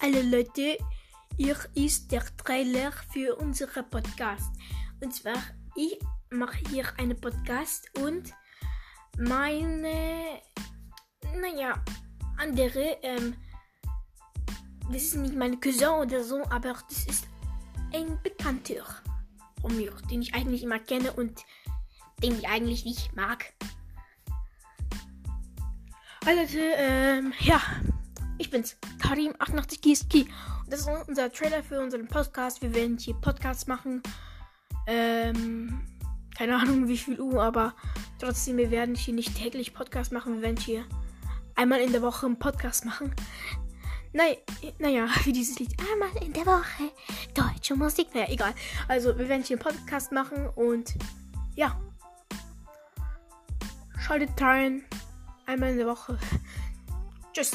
Hallo Leute, hier ist der Trailer für unseren Podcast. Und zwar, ich mache hier einen Podcast und meine, andere, das ist nicht mein Cousin oder so, aber das ist ein Bekannter von mir, den ich eigentlich immer kenne und den ich eigentlich nicht mag. Hallo Leute, ich bin's, Karim 88 KSK. Und das ist unser Trailer für unseren Podcast. Wir werden hier Podcasts machen. Keine Ahnung wie viel Uhr, aber trotzdem, wir werden hier nicht täglich Podcast machen. Wir werden hier einmal in der Woche einen Podcast machen. Naja, wie dieses Lied. Einmal in der Woche deutsche Musik. Naja, egal. Also, wir werden hier einen Podcast machen und ja. Schaltet rein. Einmal in der Woche. Tschüss.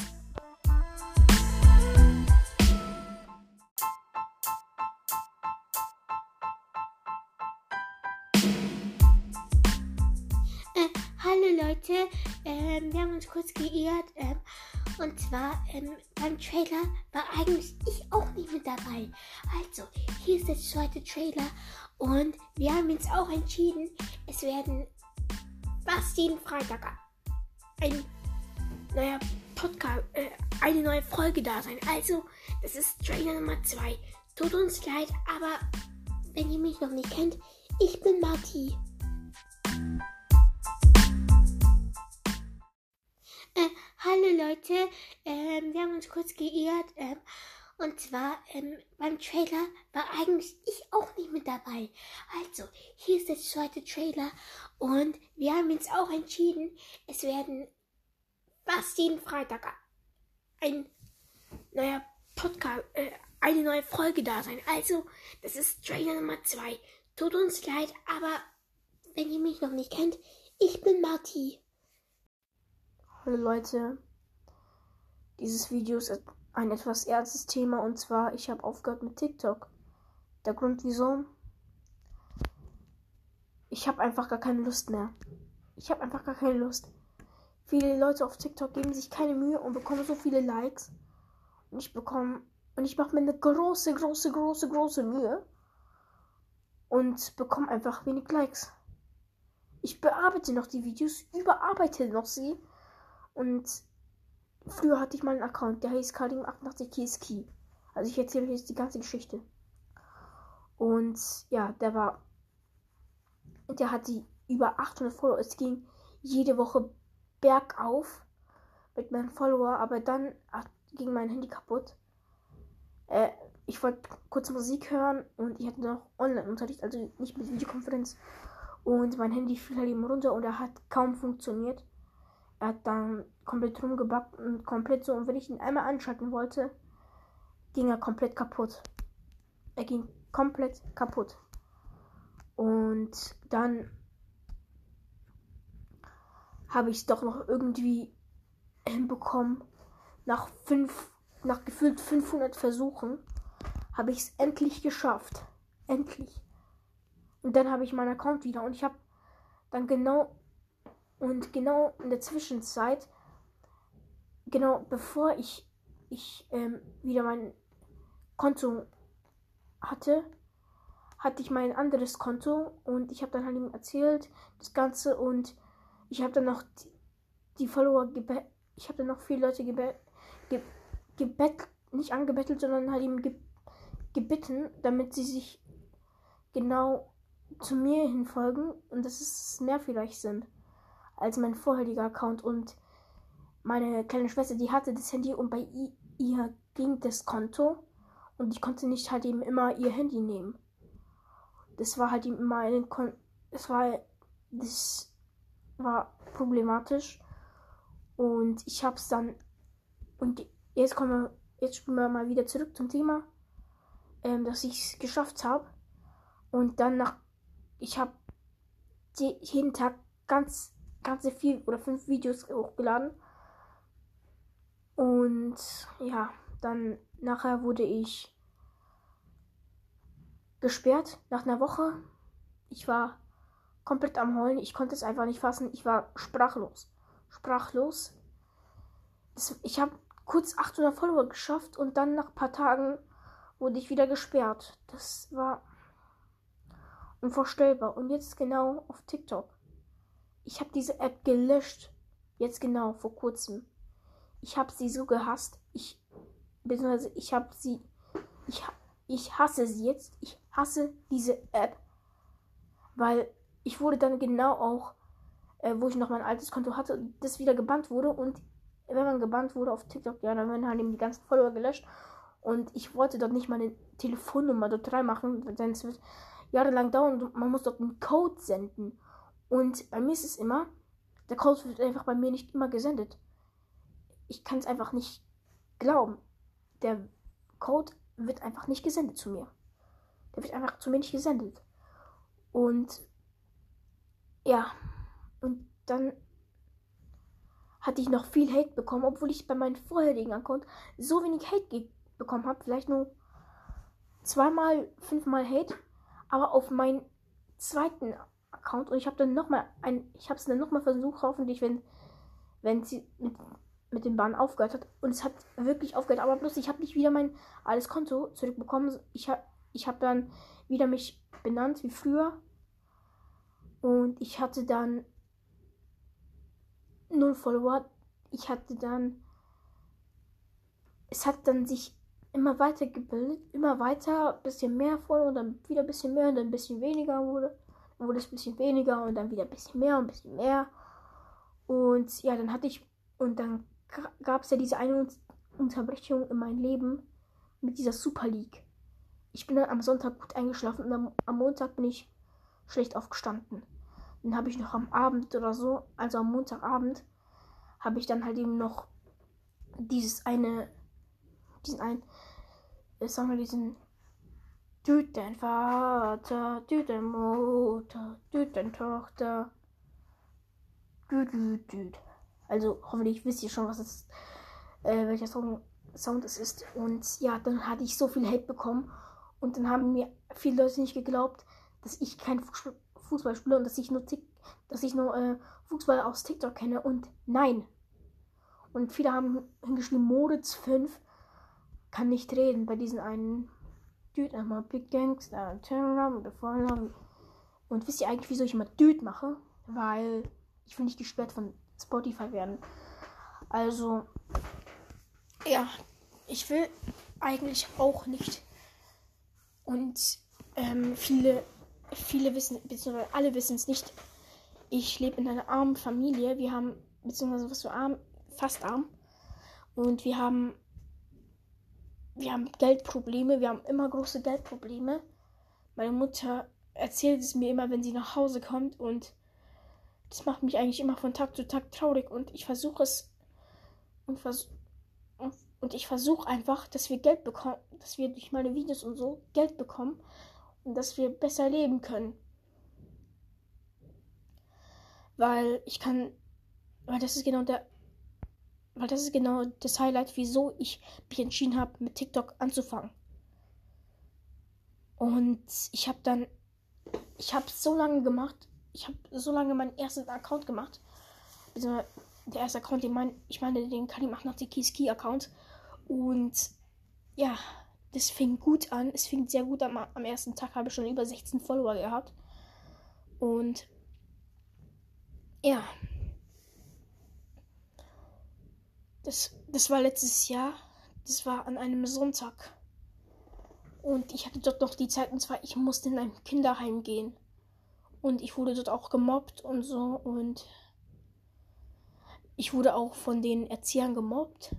Hallo Leute, wir haben uns kurz geirrt. Und zwar beim Trailer war eigentlich ich auch nicht mit dabei. Also, hier ist der zweite Trailer und wir haben jetzt auch entschieden, es werden fast jeden Freitag ein neuer Podcast, eine neue Folge da sein. Also, das ist Trailer Nummer 2. Tut uns leid, aber wenn ihr mich noch nicht kennt, ich bin Marti. Hallo Leute, wir haben uns kurz geirrt. Und zwar beim Trailer war eigentlich ich auch nicht mit dabei. Also, hier ist der zweite Trailer und wir haben jetzt auch entschieden, es werden fast jeden Freitag ein neuer Podcast, eine neue Folge da sein. Also, das ist Trailer Nummer 2. Tut uns leid, aber wenn ihr mich noch nicht kennt, ich bin Marti. Hallo Leute, dieses Video ist ein etwas ernstes Thema und zwar, ich habe aufgehört mit TikTok. Der Grund wieso? Ich habe einfach gar keine Lust mehr. Viele Leute auf TikTok geben sich keine Mühe und bekommen so viele Likes. Und ich mache mir eine große Mühe und bekomme einfach wenig Likes. Ich bearbeite noch die Videos, überarbeite noch sie. Und früher hatte ich mal einen Account, der hieß Karim 88 KSK. Also ich erzähle jetzt die ganze Geschichte. Und ja, der hatte über 800 Follower. Es ging jede Woche bergauf mit meinen Follower, aber dann ging mein Handy kaputt. Ich wollte kurz Musik hören und ich hatte noch Online-Unterricht, also nicht mit Videokonferenz. Und mein Handy fiel halt eben runter und er hat kaum funktioniert. Er hat dann komplett rumgebackt und komplett so. Und wenn ich ihn einmal anschalten wollte, ging er komplett kaputt. Er ging komplett kaputt. Und dann habe ich es doch noch irgendwie hinbekommen. Nach gefühlt 500 Versuchen habe ich es endlich geschafft. Endlich. Und dann habe ich meinen Account wieder. Und ich habe dann genau in der Zwischenzeit, genau bevor ich wieder mein Konto hatte ich mein anderes Konto und ich habe dann halt ihm erzählt, das Ganze, und ich habe dann noch die Follower ich habe dann noch viele Leute nicht angebettelt, sondern halt ihm gebeten, damit sie sich genau zu mir hinfolgen und dass es mehr vielleicht sind als mein vorheriger Account. Und meine kleine Schwester, die hatte das Handy und bei ihr ging das Konto und ich konnte nicht halt eben immer ihr Handy nehmen. Das war halt eben immer das war problematisch und ich hab's dann, und jetzt spielen wir mal wieder zurück zum Thema, dass ich es geschafft habe. Und dann ich habe jeden Tag ganze 4 oder 5 Videos hochgeladen. Und ja, dann nachher wurde ich gesperrt nach einer Woche. Ich war komplett am Heulen. Ich konnte es einfach nicht fassen. Ich war sprachlos. Ich habe kurz 800 Follower geschafft und dann nach ein paar Tagen wurde ich wieder gesperrt. Das war unvorstellbar. Und jetzt genau auf TikTok. Ich habe diese App gelöscht. Jetzt genau, vor kurzem. Ich habe sie so gehasst. Ich hasse sie jetzt. Ich hasse diese App. Weil ich wurde dann genau auch, wo ich noch mein altes Konto hatte, das wieder gebannt wurde. Und wenn man gebannt wurde auf TikTok, ja, dann werden halt eben die ganzen Follower gelöscht. Und ich wollte dort nicht meine Telefonnummer dort reinmachen, denn es wird jahrelang dauern und man muss dort einen Code senden. Und bei mir ist es immer, der Code wird einfach bei mir nicht immer gesendet. Ich kann es einfach nicht glauben. Der Code wird einfach nicht gesendet zu mir. Der wird einfach zu mir nicht gesendet. Und ja, und dann hatte ich noch viel Hate bekommen, obwohl ich bei meinem vorherigen Account so wenig Hate bekommen habe. Vielleicht nur 5-mal Hate. Aber auf meinen zweiten Account, und ich habe dann nochmal versucht, hoffentlich, wenn sie mit dem Bahn aufgehört hat. Und es hat wirklich aufgehört, aber bloß ich habe nicht wieder mein altes Konto zurückbekommen. Ich habe dann wieder mich benannt wie früher. Und ich hatte dann 0 Follower. Es hat dann sich immer weiter gebildet, immer weiter, bisschen mehr Follower und dann wieder ein bisschen mehr und dann ein bisschen weniger wurde. Dann wurde es ein bisschen weniger und dann wieder ein bisschen mehr und ein bisschen mehr. Und ja, dann gab es ja diese eine Unterbrechung in meinem Leben mit dieser Super League. Ich bin dann am Sonntag gut eingeschlafen und am Montag bin ich schlecht aufgestanden. Dann habe ich noch am Abend oder so, also am Montagabend, habe ich dann halt eben noch diesen Düt dein Vater, Düt dein Mutter, Düt dein Tochter, Düt. Also hoffentlich wisst ihr schon, was es ist, welcher Sound es ist. Und ja, dann hatte ich so viel Hate bekommen und dann haben mir viele Leute nicht geglaubt, dass ich kein Fußball spiele und dass ich nur Fußball aus TikTok kenne. Und nein. Und viele haben hingeschrieben, Moritz 5 kann nicht reden bei diesen einen Dude, einmal Big Gangster, Turn around before long. Und wisst ihr eigentlich, wieso ich immer Dude mache? Weil ich will nicht gesperrt von Spotify werden. Also, ja, ich will eigentlich auch nicht. Und viele wissen, beziehungsweise alle wissen es nicht. Ich lebe in einer armen Familie. Wir haben, beziehungsweise was für arm, fast arm. Und wir haben Geldprobleme. Wir haben immer große Geldprobleme. Meine Mutter erzählt es mir immer, wenn sie nach Hause kommt. Und das macht mich eigentlich immer von Tag zu Tag traurig. Und ich versuche es. Und ich versuche einfach, dass wir Geld bekommen. Dass wir durch meine Videos und so Geld bekommen. Und dass wir besser leben können. Weil das ist genau das Highlight, wieso ich mich entschieden habe, mit TikTok anzufangen. Und ich habe so lange meinen ersten Account gemacht. Also der erste Account, den Karim 88 Kiski Account. Und ja, das fing gut an. Es fing sehr gut an. Am ersten Tag habe ich schon über 16 Follower gehabt. Und ja. Das war letztes Jahr. Das war an einem Sonntag. Und ich hatte dort noch die Zeit, und zwar, ich musste in ein Kinderheim gehen. Und ich wurde dort auch gemobbt und so. Und ich wurde auch von den Erziehern gemobbt.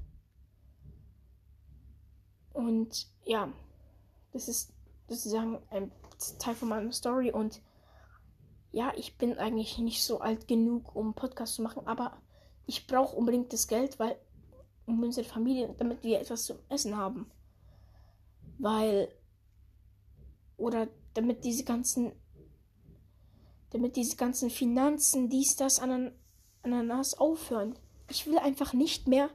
Und ja, das ist sozusagen ein Teil von meiner Story. Und ja, ich bin eigentlich nicht so alt genug, um einen Podcast zu machen. Aber ich brauche unbedingt das Geld, um unsere Familie, damit wir etwas zum Essen haben. Damit diese ganzen Finanzen, Ananas aufhören. Ich will einfach nicht mehr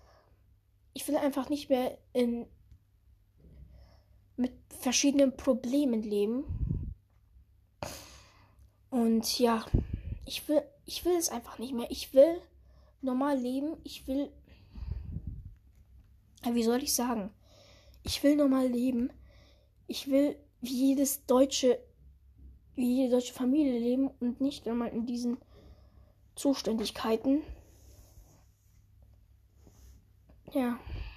mit verschiedenen Problemen leben. Und ja, ich will es einfach nicht mehr. Ich will normal leben. Ich will wie soll ich sagen? Ich will normal leben. Ich will wie jede deutsche Familie leben und nicht einmal in diesen Zuständigkeiten. Ja.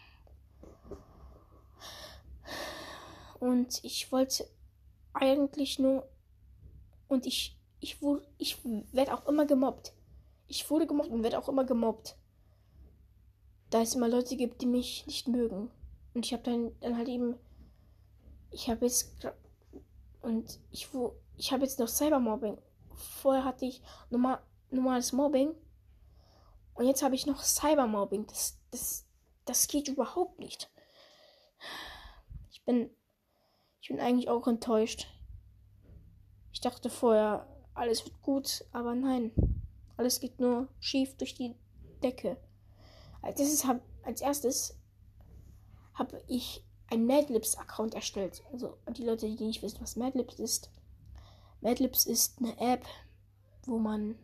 Und ich wollte eigentlich nur. Und ich werde auch immer gemobbt. Ich wurde gemobbt und werde auch immer gemobbt. Da es immer Leute gibt, die mich nicht mögen. Und ich habe dann halt eben. Ich habe jetzt noch Cybermobbing. Vorher hatte ich normales Mobbing. Und jetzt habe ich noch Cybermobbing. Das geht überhaupt nicht. Ich bin eigentlich auch enttäuscht. Ich dachte vorher, alles wird gut, aber nein. Alles geht nur schief durch die Decke. Als erstes habe ich einen Madlibs-Account erstellt. Also die Leute, die nicht wissen, was Madlibs ist. Madlibs ist eine App, wo man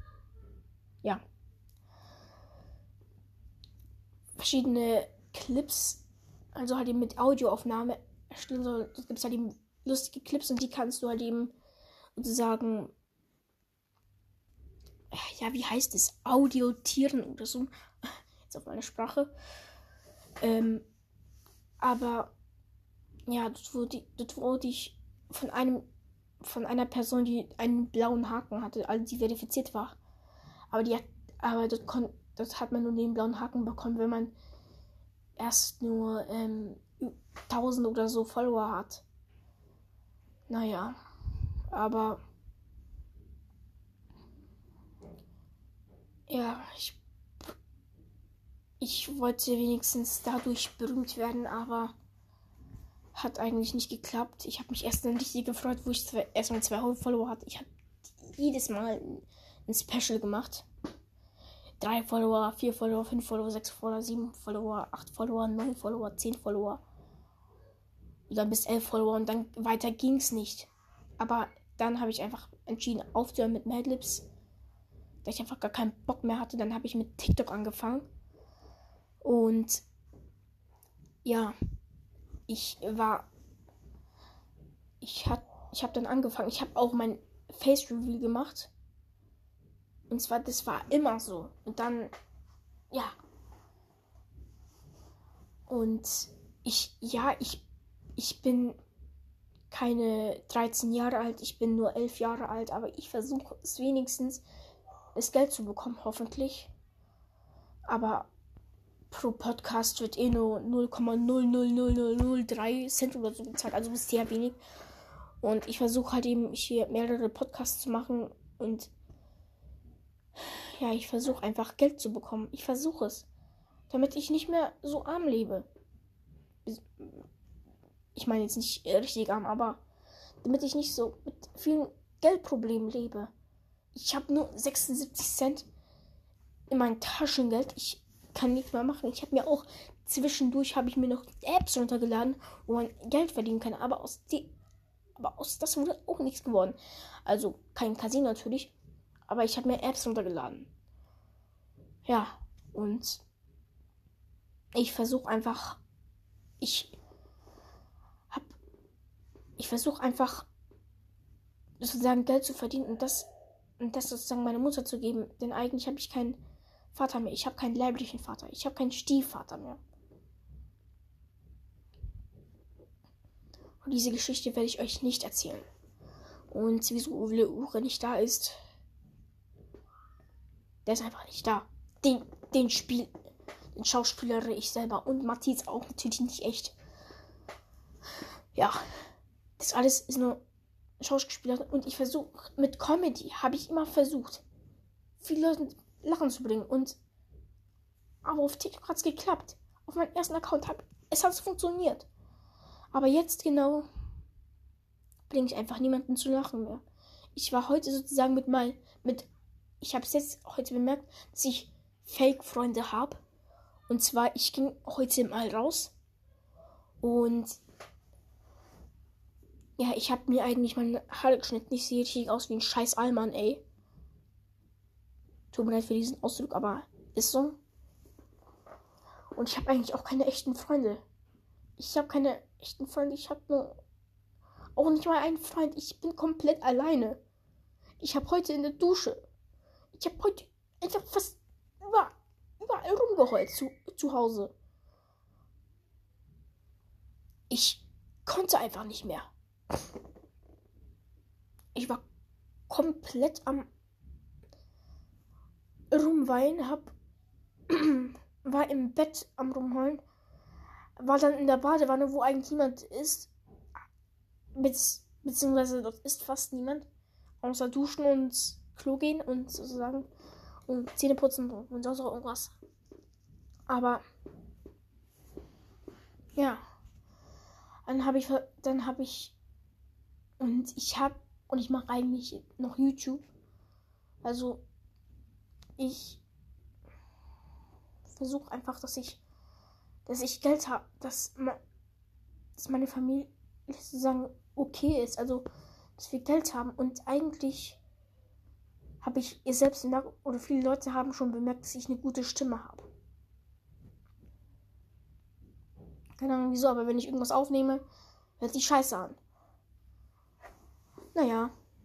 verschiedene Clips, also halt eben mit Audioaufnahme erstellen soll. Es gibt halt eben lustige Clips und die kannst du halt eben sozusagen, wie heißt es? Audiotieren oder so. Jetzt auf meine Sprache. Aber ja, dort wurde ich von einer Person, die einen blauen Haken hatte, also die verifiziert war. Aber dort hat man nur den blauen Haken bekommen, wenn man erst nur 1000 oder so Follower hat. Naja, aber ja, ich wollte wenigstens dadurch berühmt werden, aber hat eigentlich nicht geklappt. Ich habe mich erst dann richtig gefreut, wo ich erstmal 2 Follower hatte. Ich habe jedes Mal ein Special gemacht. 3 Follower, 4 Follower, 5 Follower, 6 Follower, 7 Follower, 8 Follower, 9 Follower, 10 Follower. Und dann bis 11 Follower und dann weiter ging's nicht. Aber dann habe ich einfach entschieden aufzuhören mit Madlibs. Da ich einfach gar keinen Bock mehr hatte, dann habe ich mit TikTok angefangen. Und ja, ich habe dann angefangen. Ich habe auch mein Face Reveal gemacht. Und zwar, das war immer so. Und dann, ja. Und ich bin keine 13 Jahre alt, ich bin nur 11 Jahre alt, aber ich versuche es wenigstens, das Geld zu bekommen, hoffentlich. Aber pro Podcast wird nur 0,00003 Cent oder so bezahlt, also ist sehr wenig. Und ich versuche halt eben hier mehrere Podcasts zu machen und ja, ich versuche einfach Geld zu bekommen. Ich versuche es, damit ich nicht mehr so arm lebe. Ich meine jetzt nicht richtig arm, aber damit ich nicht so mit vielen Geldproblemen lebe. Ich habe nur 76 Cent in meinem Taschengeld. Ich kann nichts mehr machen. Ich habe mir auch zwischendurch noch Apps runtergeladen, wo man Geld verdienen kann. Aber aus das wurde auch nichts geworden. Also kein Casino natürlich. Aber ich habe mir Apps runtergeladen. Ja, und ich versuche einfach. Ich versuche einfach sozusagen Geld zu verdienen und das sozusagen meiner Mutter zu geben. Denn eigentlich habe ich keinen Vater mehr. Ich habe keinen leiblichen Vater. Ich habe keinen Stiefvater mehr. Und diese Geschichte werde ich euch nicht erzählen. Und wieso Uwe nicht da ist, der ist einfach nicht da. Den schauspielere ich selber. Und Matthias auch natürlich nicht echt. Ja, das alles ist nur Schauspieler. Und ich versuche, mit Comedy habe ich immer versucht, viele Leute Lachen zu bringen. Aber auf TikTok hat es geklappt. Auf meinem ersten Account hat es funktioniert. Aber jetzt genau bringe ich einfach niemanden zu lachen mehr. Ich war heute sozusagen ich habe es jetzt heute bemerkt, dass ich Fake-Freunde habe. Und zwar, ich ging heute mal raus. Und ja, ich habe mir eigentlich meine Haare geschnitten. Ich sehe richtig aus wie ein scheiß Allmann, ey. Tut mir leid für diesen Ausdruck, aber ist so. Und ich habe eigentlich auch keine echten Freunde. Ich habe keine echten Freunde. Ich habe nur auch nicht mal einen Freund. Ich bin komplett alleine. Ich habe heute in der Dusche. Ich habe heute einfach fast überall rumgeheult zu Hause. Ich konnte einfach nicht mehr. Ich war komplett am Rumweinen, war im Bett am Rumheulen, war dann in der Badewanne, wo eigentlich niemand ist, beziehungsweise dort ist fast niemand, außer duschen und Klo gehen und sozusagen und Zähne putzen und sonst auch irgendwas. Aber ja, dann habe ich und ich mache eigentlich noch YouTube. Also ich versuche einfach, dass ich Geld habe, dass meine Familie sozusagen okay ist, also dass wir Geld haben. Und eigentlich habe ich ihr selbst bemerkt, oder viele Leute haben schon bemerkt, dass ich eine gute Stimme habe. Keine Ahnung wieso, aber wenn ich irgendwas aufnehme, hört sich scheiße an. Naja.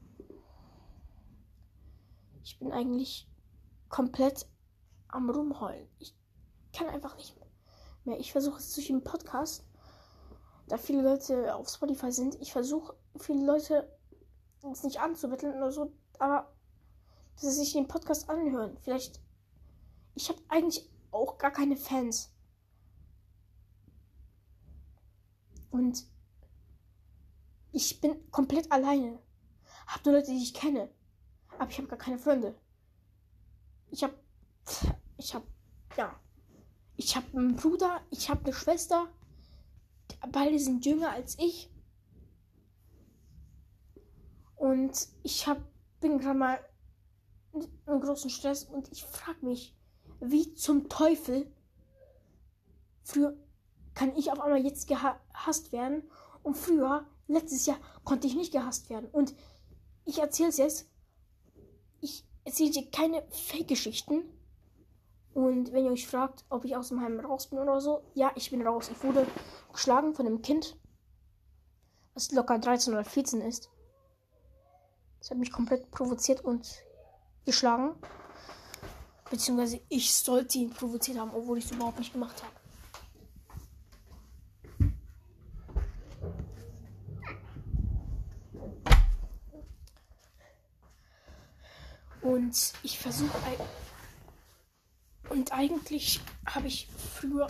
Ich bin eigentlich komplett am Rumheulen. Ich kann einfach nicht mehr. Ich versuche es durch den Podcast, da viele Leute auf Spotify sind. Ich versuche, viele Leute jetzt nicht anzubetteln oder so, aber dass sie sich den Podcast anhören. Vielleicht. Ich habe eigentlich auch gar keine Fans. Und ich bin komplett alleine. Hab nur Leute, die ich kenne. Aber ich habe gar keine Freunde. Ich habe einen Bruder, ich habe eine Schwester. Beide sind jünger als ich. Und bin gerade mal in großen Stress und ich frage mich, wie zum Teufel früher kann ich auf einmal jetzt gehasst werden und früher, letztes Jahr, konnte ich nicht gehasst werden. Und ich erzähle es jetzt. Ich erzähle dir keine Fake-Geschichten. Und wenn ihr euch fragt, ob ich aus dem Heim raus bin oder so, ja, ich bin raus. Ich wurde geschlagen von einem Kind, was locker 13 oder 14 ist. Das hat mich komplett provoziert und geschlagen. Beziehungsweise ich sollte ihn provoziert haben, obwohl ich es überhaupt nicht gemacht habe. Und ich versuche und eigentlich habe ich früher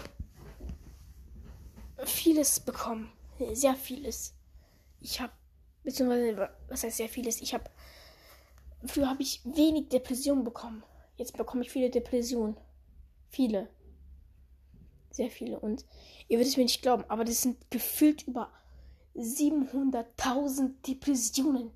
vieles bekommen. Sehr vieles. Beziehungsweise, was heißt sehr vieles? Früher habe ich wenig Depressionen bekommen. Jetzt bekomme ich viele Depressionen. Viele. Sehr viele. Und ihr werdet es mir nicht glauben, aber das sind gefühlt über 700.000 Depressionen.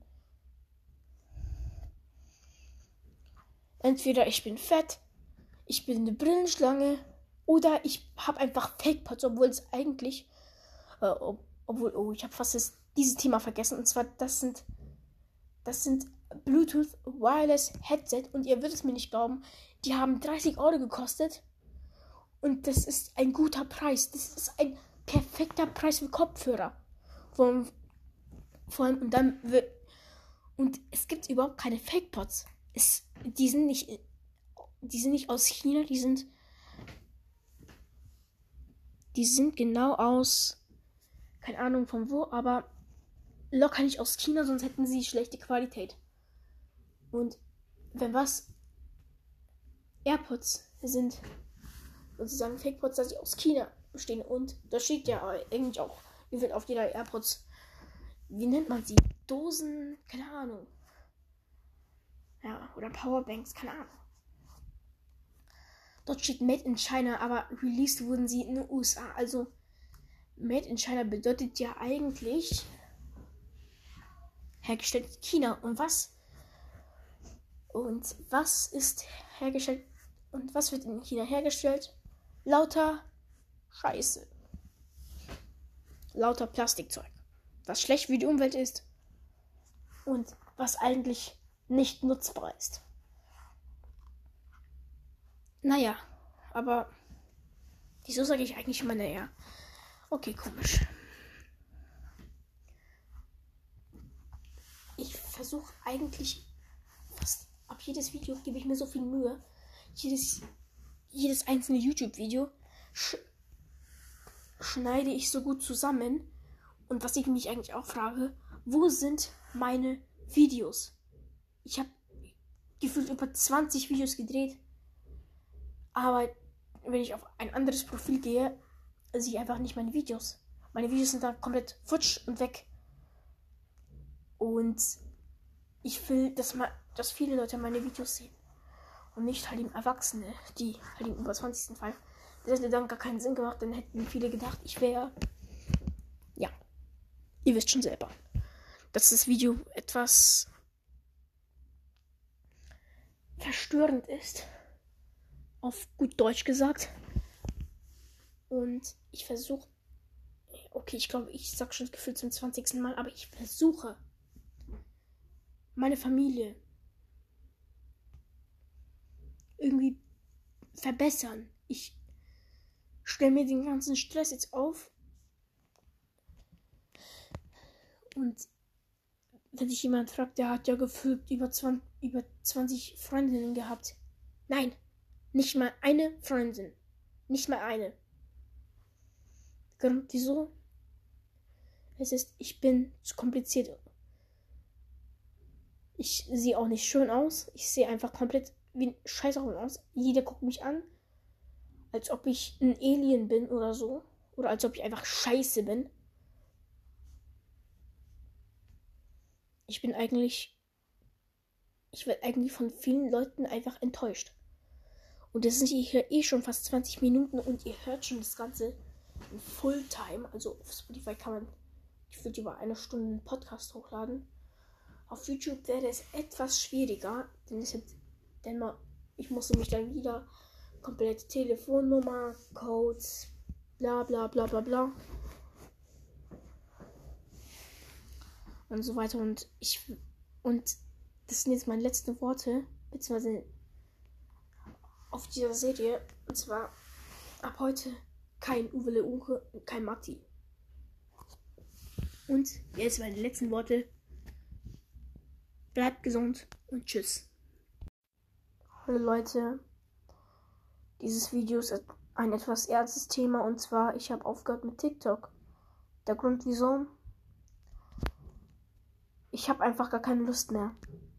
Entweder ich bin fett, ich bin eine Brillenschlange oder ich habe einfach Fake-Pots, obwohl es eigentlich, ich habe fast dieses Thema vergessen. Und zwar, das sind Bluetooth Wireless Headset und ihr werdet es mir nicht glauben, die haben 30 Euro gekostet und das ist ein guter Preis. Das ist ein perfekter Preis für Kopfhörer. Vor allem und es gibt überhaupt keine Fake-Pots. Die sind nicht aus China, die sind genau aus, keine Ahnung von wo, aber locker nicht aus China, sonst hätten sie schlechte Qualität. Und wenn AirPods sind sozusagen Fake-Pods, dass sie aus China bestehen. Und da steht ja eigentlich auch, wie wird auf jeder AirPods, wie nennt man sie? Dosen, keine Ahnung. Ja, oder Powerbanks, keine Ahnung. Dort steht Made in China, aber released wurden sie in den USA. Also Made in China bedeutet ja eigentlich hergestellt in China. Und was ist hergestellt und was wird in China hergestellt? Lauter Scheiße. Lauter Plastikzeug. Was schlecht für die Umwelt ist und was eigentlich nicht nutzbar ist. Naja, aber Wieso sage ich eigentlich immer naja? Okay, komisch. Ich versuche eigentlich fast ab jedes Video gebe ich mir so viel Mühe. Jedes einzelne YouTube-Video schneide ich so gut zusammen. Und was ich mich eigentlich auch frage, wo sind meine Videos? Ich habe gefühlt über 20 Videos gedreht. Aber wenn ich auf ein anderes Profil gehe, sehe ich einfach nicht meine Videos. Meine Videos sind dann komplett futsch und weg. Und ich will, dass viele Leute meine Videos sehen. Und nicht halt eben Erwachsene, die halt eben über 20. Fall. Das hätte dann gar keinen Sinn gemacht, dann hätten viele gedacht, ich wäre. Ja. Ihr wisst schon selber, dass das Video etwas verstörend ist. Auf gut Deutsch gesagt. Und ich versuche. Okay, ich glaube, ich sag schon gefühlt zum 20. Mal, aber ich versuche, meine Familie irgendwie verbessern. Ich stelle mir den ganzen Stress jetzt auf. Und wenn sich jemand fragt, der hat ja gefühlt über 20 Freundinnen gehabt. Nein, nicht mal eine Freundin. Nicht mal eine. Grund wieso? Ich bin zu kompliziert. Ich sehe auch nicht schön aus. Ich sehe einfach komplett wie ein Scheißhaufen aus. Jeder guckt mich an, als ob ich ein Alien bin oder so. Oder als ob ich einfach scheiße bin. Ich werde eigentlich von vielen Leuten einfach enttäuscht. Und das sind hier schon fast 20 Minuten und ihr hört schon das Ganze in Fulltime. Also auf Spotify kann man gefühlt über eine Stunde einen Podcast hochladen. Auf YouTube wäre es etwas schwieriger, denn ich musste mich dann wieder komplett Telefonnummer, Codes, bla bla bla bla bla und so weiter. Und das sind jetzt meine letzten Worte, beziehungsweise auf dieser Serie. Und zwar ab heute kein Uwe Le Uche, kein Matti. Und jetzt meine letzten Worte. Bleibt gesund und tschüss. Hallo Leute. Dieses Video ist ein etwas ernstes Thema und zwar, ich habe aufgehört mit TikTok. Der Grund wieso? Ich habe einfach gar keine Lust mehr.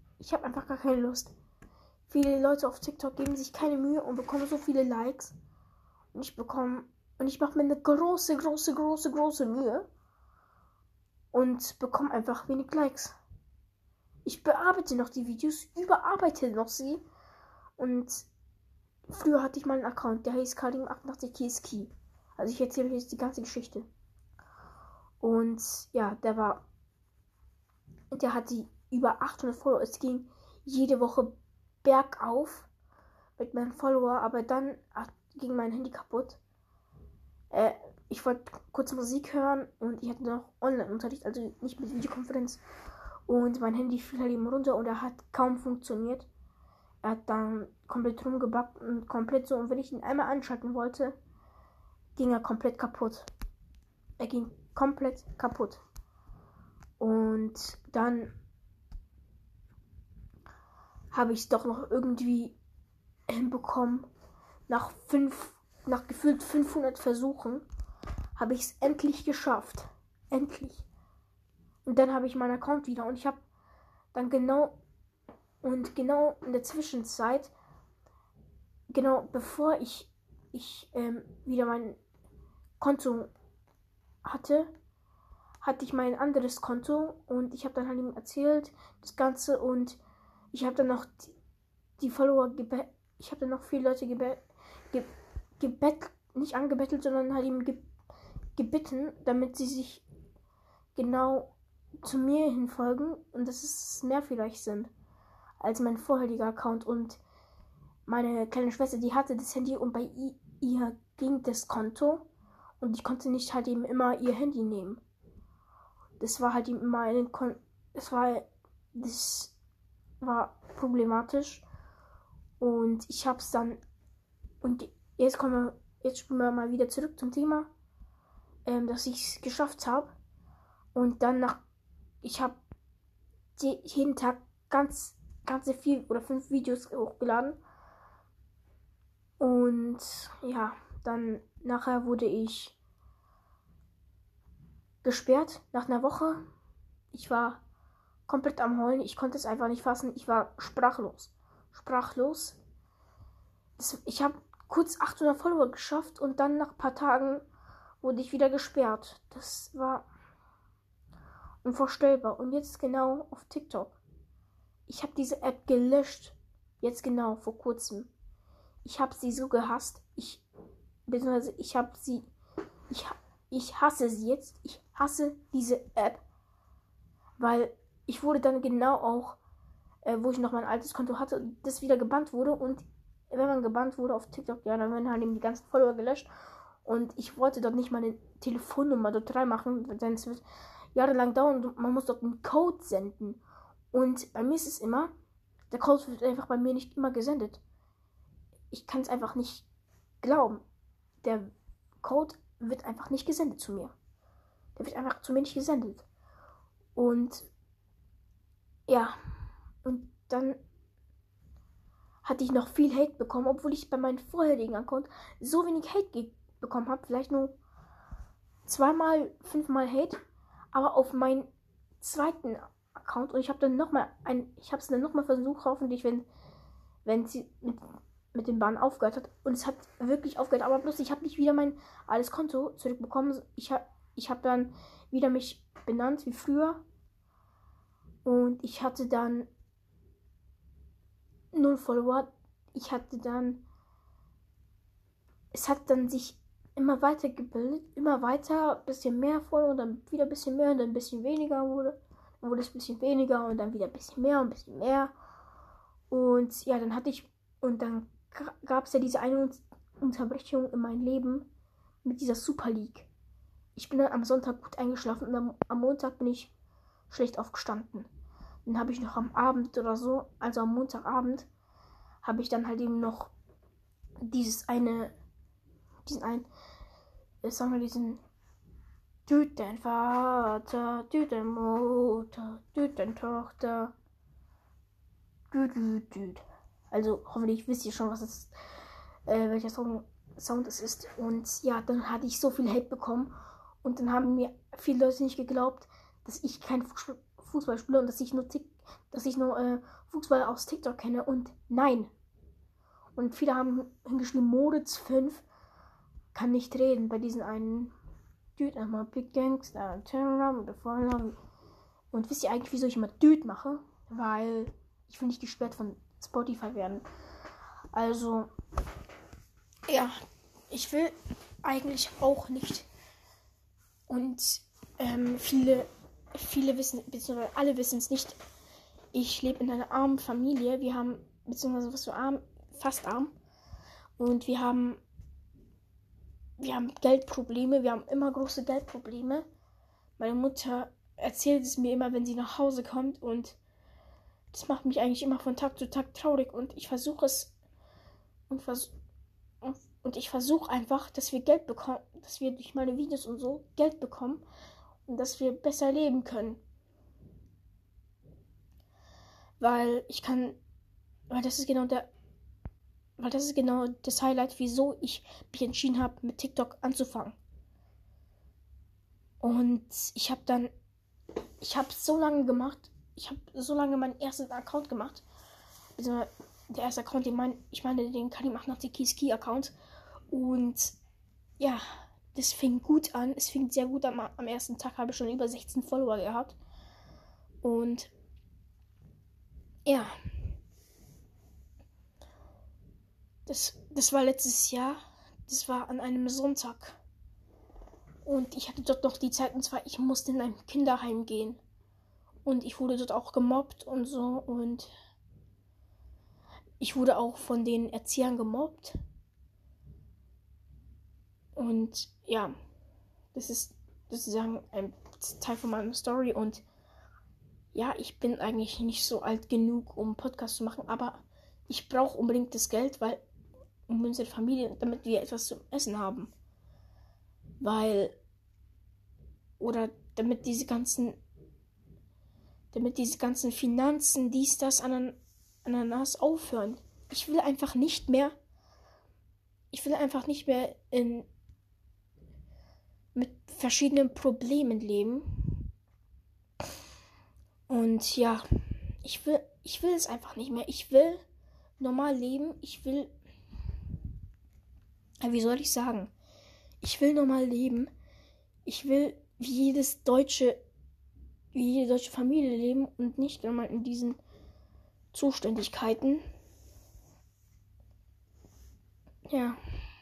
Viele Leute auf TikTok geben sich keine Mühe und bekommen so viele Likes. Und ich mache mir eine große Mühe und bekomme einfach wenig Likes. Ich bearbeite noch die Videos, überarbeite noch sie. Und früher hatte ich mal einen Account, der hieß Karim88KSKey. Also ich erzähle jetzt die ganze Geschichte. Und ja, der hatte über 800 Follower. Es ging jede Woche bergauf mit meinen Follower, aber dann ging mein Handy kaputt. Ich wollte kurz Musik hören und ich hatte noch Online-Unterricht, also nicht mit Videokonferenz. Und mein Handy fiel halt eben runter und er hat kaum funktioniert. Er hat dann komplett rumgebackt und komplett so. Und wenn ich ihn einmal anschalten wollte, ging er komplett kaputt. Er ging komplett kaputt. Und dann habe ich es doch noch irgendwie hinbekommen. Nach gefühlt 500 Versuchen habe ich es endlich geschafft. Endlich. Und dann habe ich meinen Account wieder und ich habe dann genau in der Zwischenzeit, genau bevor ich wieder mein Konto hatte ich mein anderes Konto und ich habe dann halt ihm erzählt, das Ganze, und ich habe dann noch die Follower ich habe dann noch viele Leute nicht angebettelt, sondern halt ihm gebeten, damit sie sich genau zu mir hinfolgen und dass es mehr vielleicht sind als mein vorheriger Account. Und meine kleine Schwester, die hatte das Handy und bei ihr ging das Konto und ich konnte nicht halt eben immer ihr Handy nehmen. Das war halt eben immer das war problematisch und ich hab's dann, und jetzt kommen wir jetzt springen wir mal wieder zurück zum Thema, dass ich es geschafft habe. Und dann ich habe jeden Tag ganze 4 oder 5 Videos hochgeladen. Und ja, dann nachher wurde ich gesperrt nach einer Woche. Ich war komplett am Heulen. Ich konnte es einfach nicht fassen. Ich war sprachlos. Ich habe kurz 800 Follower geschafft und dann nach ein paar Tagen wurde ich wieder gesperrt. Das war unvorstellbar. Und jetzt genau auf TikTok. Ich habe diese App gelöscht. Jetzt genau, vor kurzem. Ich habe sie so gehasst. Ich hasse sie jetzt. Ich hasse diese App. Weil ich wurde dann genau auch, wo ich noch mein altes Konto hatte, das wieder gebannt wurde. Und wenn man gebannt wurde auf TikTok, ja, dann werden halt eben die ganzen Follower gelöscht. Und ich wollte dort nicht meine Telefonnummer dort reinmachen, denn es wird jahrelang dauern und man muss dort einen Code senden. Und bei mir ist es immer, der Code wird einfach bei mir nicht immer gesendet. Ich kann es einfach nicht glauben. Der Code wird einfach nicht gesendet zu mir. Der wird einfach zu mir nicht gesendet. Und ja, und dann hatte ich noch viel Hate bekommen, obwohl ich bei meinem vorherigen Account so wenig Hate bekommen habe. Vielleicht nur 2-mal, 5-mal Hate. Aber auf meinen zweiten Account, und ich habe dann nochmal versucht, hoffentlich, wenn sie mit dem Bahn aufgehört hat. Und es hat wirklich aufgehört, aber bloß ich habe nicht wieder mein altes Konto zurückbekommen. Ich habe dann wieder mich benannt wie früher. Und ich hatte dann 0 Follower. Es hat dann sich immer weiter gebildet, immer weiter, bisschen mehr Follower und dann wieder ein bisschen mehr und dann ein bisschen weniger wurde. Dann wurde es ein bisschen weniger und dann wieder ein bisschen mehr und ein bisschen mehr. Und ja, dann gab es ja diese eine Unterbrechung in meinem Leben mit dieser Super League. Ich bin dann am Sonntag gut eingeschlafen und am Montag bin ich schlecht aufgestanden. Dann habe ich noch am Abend oder so, also am Montagabend, habe ich dann halt eben noch diesen Tüt dein Vater, tüt dein Mutter, tüt dein Tochter, tüt. Also hoffentlich wisst ihr schon, was es ist, welcher Sound es ist. Und ja, dann hatte ich so viel Hate bekommen und dann haben mir viele Leute nicht geglaubt, dass ich kein Fußball spiele und dass ich nur Fußball aus TikTok kenne. Und nein. Und viele haben hingeschrieben, Moritz 5 kann nicht reden bei diesen einen Dude, einmal Big Gangster, Turn around before long. Und wisst ihr eigentlich, wieso ich immer Dude mache? Weil ich will nicht gesperrt von Spotify werden. Also, ja, ich will eigentlich auch nicht. Und viele wissen, beziehungsweise alle wissen es nicht. Ich lebe in einer armen Familie. Wir haben, beziehungsweise was so arm, fast arm. Und wir haben Geldprobleme. Wir haben immer große Geldprobleme. Meine Mutter erzählt es mir immer, wenn sie nach Hause kommt. Und das macht mich eigentlich immer von Tag zu Tag traurig. Und ich versuche es. Und ich versuche einfach, dass wir Geld bekommen. Dass wir durch meine Videos und so Geld bekommen. Und dass wir besser leben können. Weil das ist genau das Highlight, wieso ich mich entschieden habe, mit TikTok anzufangen. Und ich habe so lange meinen ersten Account gemacht. Also der erste Account, den Karim 88 Kiski Account. Und ja, das fing gut an. Es fing sehr gut an. Am ersten Tag habe ich schon über 16 Follower gehabt. Und ja, das war letztes Jahr. Das war an einem Sonntag. Und ich hatte dort noch die Zeit, und zwar, ich musste in ein Kinderheim gehen. Und ich wurde dort auch gemobbt und so. Und ich wurde auch von den Erziehern gemobbt. Und ja, das ist sozusagen ein Teil von meiner Story. Und ja, ich bin eigentlich nicht so alt genug, um einen Podcast zu machen. Aber ich brauche unbedingt das Geld, weil und mit unserer Familie, damit wir etwas zum Essen haben. Weil, oder damit diese ganzen Finanzen, dies, das, Ananas aufhören. Ich will einfach nicht mehr mit verschiedenen Problemen leben. Und ja, ich will es einfach nicht mehr. Ich will normal leben. Wie soll ich sagen? Ich will normal leben. Ich will wie jede deutsche Familie leben und nicht einmal in diesen Zuständigkeiten. Ja.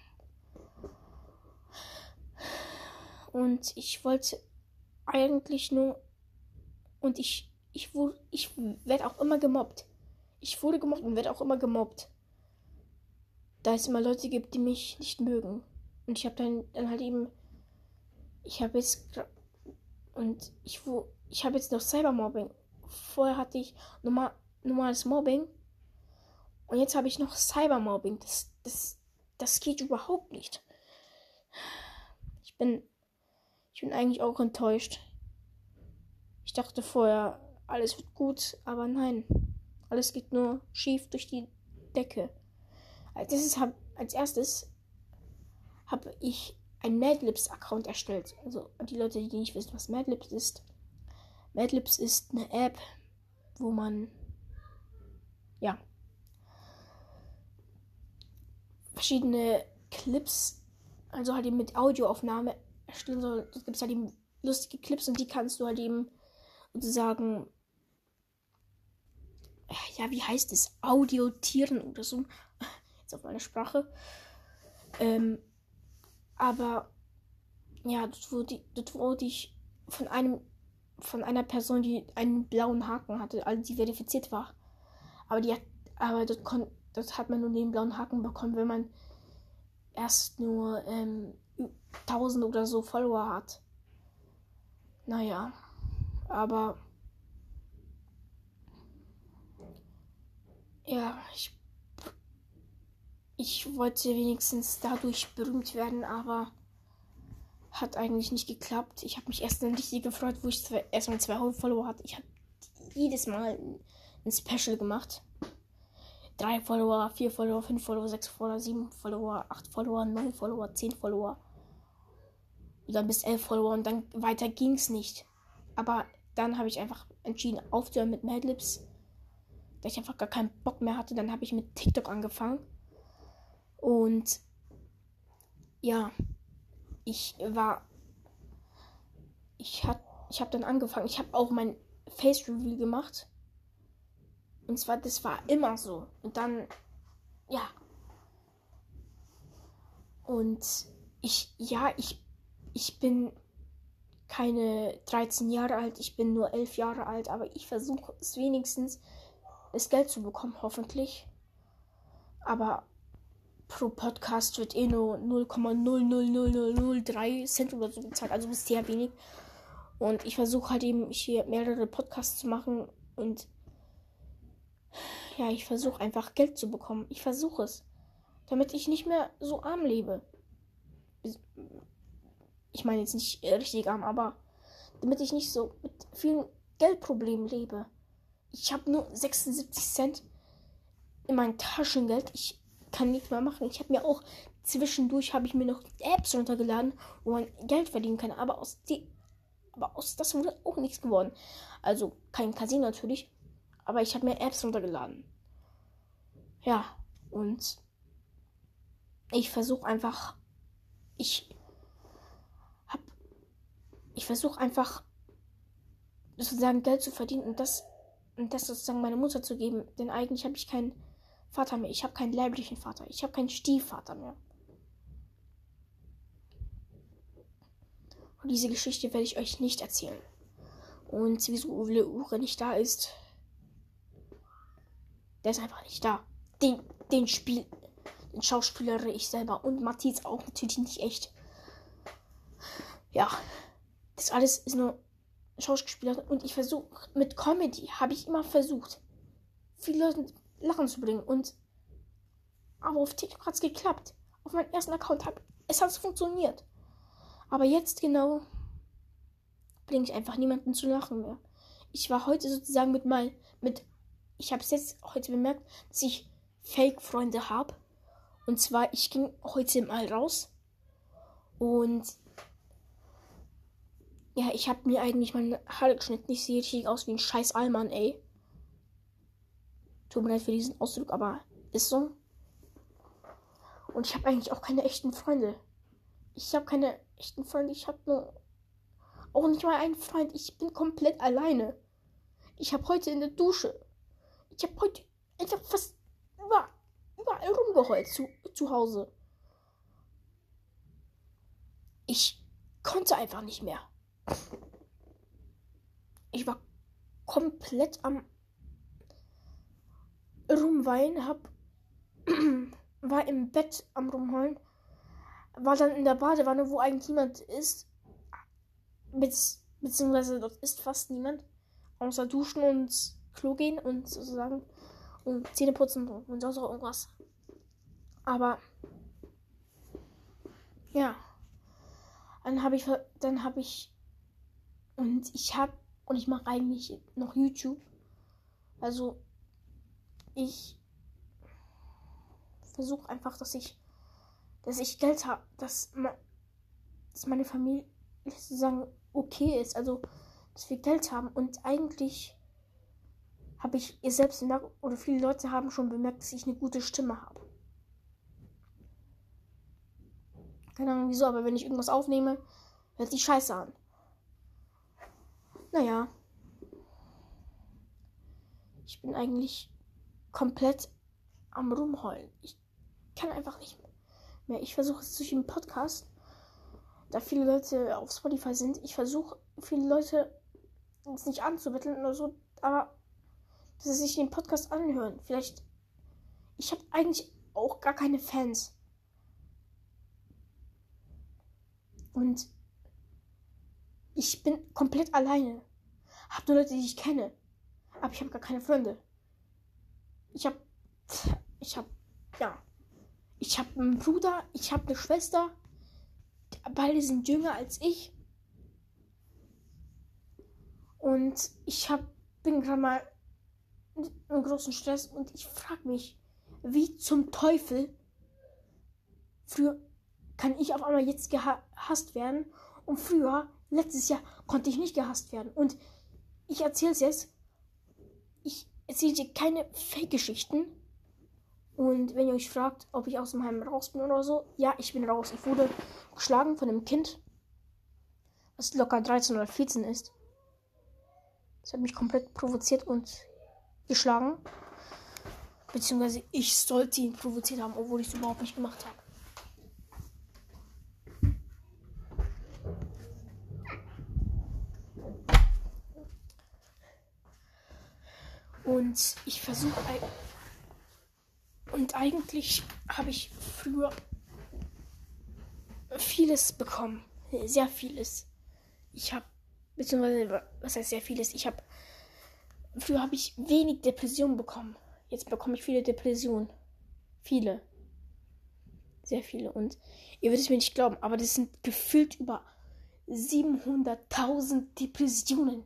Und ich wollte eigentlich nur, und ich werde auch immer gemobbt. Ich wurde gemobbt und werde auch immer gemobbt. Da es immer Leute gibt, die mich nicht mögen. Und ich habe dann halt eben, ich habe jetzt noch Cybermobbing. Vorher hatte ich normales Mobbing. Und jetzt habe ich noch Cybermobbing. Das geht überhaupt nicht. Ich bin eigentlich auch enttäuscht. Ich dachte vorher, alles wird gut, aber nein. Alles geht nur schief durch die Decke. Als erstes habe ich einen Madlibs-Account erstellt. Also die Leute, die nicht wissen, was Madlibs ist. Madlibs ist eine App, wo man verschiedene Clips, also halt eben mit Audioaufnahme erstellen soll. Da gibt es halt eben lustige Clips und die kannst du halt eben sozusagen, ja, wie heißt es? Audiotieren oder so. Jetzt auf meine Sprache. Aber ja, dort wurde ich von einer Person, die einen blauen Haken hatte, also die verifiziert war. Aber dort hat man nur den blauen Haken bekommen, wenn man erst nur 1000 oder so Follower hat. Naja, aber ja, ich wollte wenigstens dadurch berühmt werden, aber hat eigentlich nicht geklappt. Ich habe mich erst dann richtig gefreut, wo ich erstmal 200 Follower hatte. Ich habe jedes Mal ein Special gemacht. 3 Follower, 4 Follower, 5 Follower, 6 Follower, 7 Follower, 8 Follower, 9 Follower, 10 Follower. Und dann bis 11 Follower und dann weiter ging's nicht. Aber dann habe ich einfach entschieden aufzuhören mit Madlibs. Da ich einfach gar keinen Bock mehr hatte, dann habe ich mit TikTok angefangen. Und ja, ich habe dann angefangen, ich habe auch mein Face Reveal gemacht. Und zwar, das war immer so. Und dann, ja. Und ich bin keine 13 Jahre alt, ich bin nur 11 Jahre alt, aber ich versuche es wenigstens, das Geld zu bekommen, hoffentlich. Aber pro Podcast wird nur 0,00003 Cent oder so bezahlt, also ist sehr wenig. Und ich versuche halt eben hier mehrere Podcasts zu machen und ja, ich versuche einfach Geld zu bekommen. Ich versuche es, damit ich nicht mehr so arm lebe. Ich meine jetzt nicht richtig arm, aber damit ich nicht so mit vielen Geldproblemen lebe. Ich habe nur 76 Cent in meinem Taschengeld. Ich kann nichts mehr machen. Ich habe mir auch zwischendurch mir noch Apps runtergeladen, wo man Geld verdienen kann. Aber aus das wurde auch nichts geworden. Also kein Casino natürlich. Aber ich habe mir Apps runtergeladen. Ja, und ich versuche einfach, sozusagen Geld zu verdienen und das sozusagen meiner Mutter zu geben. Denn eigentlich habe ich keinen Vater mehr. Ich habe keinen leiblichen Vater. Ich habe keinen Stiefvater mehr. Und diese Geschichte werde ich euch nicht erzählen. Und wieso Uwe nicht da ist, der ist einfach nicht da. Den schauspielere ich selber. Und Matthias auch natürlich nicht echt. Ja, das alles ist nur Schauspieler. Und ich versuche, mit Comedy habe ich immer versucht, viele Leute lachen zu bringen. Und Aber auf TikTok hat es geklappt. Auf meinem ersten Account hat es funktioniert. Aber jetzt genau bringe ich einfach niemanden zu lachen mehr. Ich war heute sozusagen ich habe es jetzt heute bemerkt, dass ich Fake-Freunde habe. Und zwar, ich ging heute mal raus. Und ja, ich habe mir eigentlich meine Haare geschnitten. Ich sehe richtig aus wie ein scheiß Allmann, ey. Tut mir leid für diesen Ausdruck, aber ist so. Und ich habe eigentlich auch keine echten Freunde. Ich habe keine echten Freunde. Ich habe nur auch nicht mal einen Freund. Ich bin komplett alleine. Ich habe heute in der Dusche. Ich habe heute einfach fast überall rumgeheult zu Hause. Ich konnte einfach nicht mehr. Ich war komplett am Rumweinen, war im Bett am Rumheulen, war dann in der Badewanne, wo eigentlich niemand ist, beziehungsweise dort ist fast niemand, außer duschen und Klo gehen und sozusagen und Zähne putzen und sonst auch irgendwas. Aber ja, ich mache eigentlich noch YouTube. Also ich versuche einfach, dass ich Geld habe, dass meine Familie sozusagen okay ist, also dass wir Geld haben. Und eigentlich habe ich ihr selbst bemerkt, oder viele Leute haben schon bemerkt, dass ich eine gute Stimme habe. Keine Ahnung wieso, aber wenn ich irgendwas aufnehme, hört sich scheiße an. Naja. Ich bin eigentlich komplett am Rumheulen. Ich kann einfach nicht mehr. Ich versuche es durch den Podcast, da viele Leute auf Spotify sind. Ich versuche, viele Leute uns nicht anzubetteln oder so, aber dass sie sich den Podcast anhören. Vielleicht. Ich habe eigentlich auch gar keine Fans. Und ich bin komplett alleine. Hab nur Leute, die ich kenne. Aber ich habe gar keine Freunde. Ich habe einen Bruder, ich habe eine Schwester. Beide sind jünger als ich. Und bin gerade mal in großen Stress und ich frage mich, wie zum Teufel früher kann ich auf einmal jetzt gehasst werden und früher, letztes Jahr, konnte ich nicht gehasst werden. Und ich erzähle es jetzt. Ich erzähle dir keine Fake-Geschichten. Und wenn ihr euch fragt, ob ich aus dem Heim raus bin oder so, ja, ich bin raus. Ich wurde geschlagen von einem Kind, was locker 13 oder 14 ist. Das hat mich komplett provoziert und geschlagen. Beziehungsweise ich sollte ihn provoziert haben, obwohl ich es überhaupt nicht gemacht habe. Und ich versuche. Und eigentlich habe ich früher vieles bekommen. Sehr vieles. Beziehungsweise, was heißt sehr vieles? Früher habe ich wenig Depressionen bekommen. Jetzt bekomme ich viele Depressionen. Viele. Sehr viele. Und ihr würdet es mir nicht glauben, aber das sind gefühlt über 700.000 Depressionen.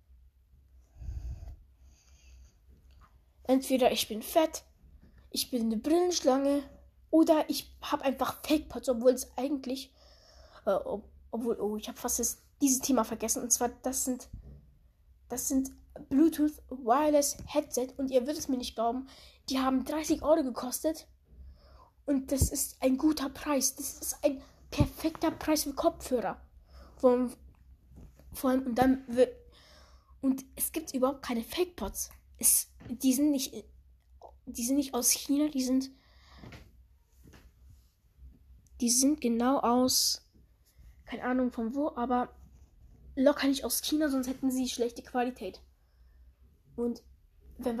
Entweder ich bin fett, ich bin eine Brillenschlange oder ich habe einfach Fake-Pots, obwohl es eigentlich, ich habe fast dieses Thema vergessen. Und zwar, das sind Bluetooth Wireless Headset und ihr würdet es mir nicht glauben, die haben 30 Euro gekostet und das ist ein guter Preis. Das ist ein perfekter Preis für Kopfhörer. Vor allem und es gibt überhaupt keine Fake-Pots. Die sind nicht aus China, die sind genau aus, keine Ahnung von wo, aber locker nicht aus China, sonst hätten sie schlechte Qualität. Und wenn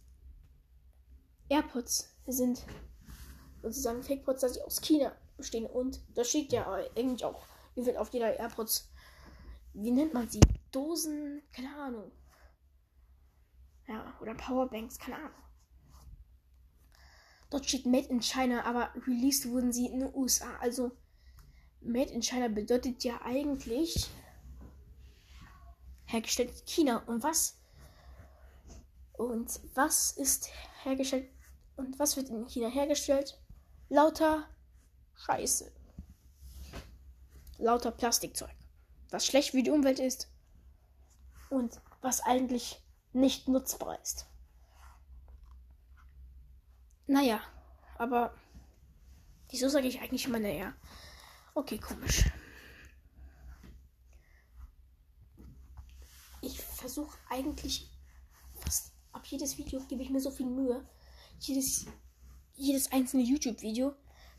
AirPods sind sozusagen Fake-Pods, dass sie aus China bestehen. Und da steht ja eigentlich auch, wie wird auf jeder AirPods, wie nennt man sie? Dosen, keine Ahnung. Ja, oder Powerbanks, keine Ahnung. Dort steht Made in China, aber released wurden sie in den USA. Also Made in China bedeutet ja eigentlich hergestellt in China. Und was ist hergestellt und was wird in China hergestellt? Lauter Scheiße. Lauter Plastikzeug. Was schlecht für die Umwelt ist und was eigentlich nicht nutzbar ist. Naja, aber wieso sage ich eigentlich immer naja? Okay, komisch. Ich versuche eigentlich fast ab jedes Video gebe ich mir so viel Mühe. Jedes einzelne YouTube-Video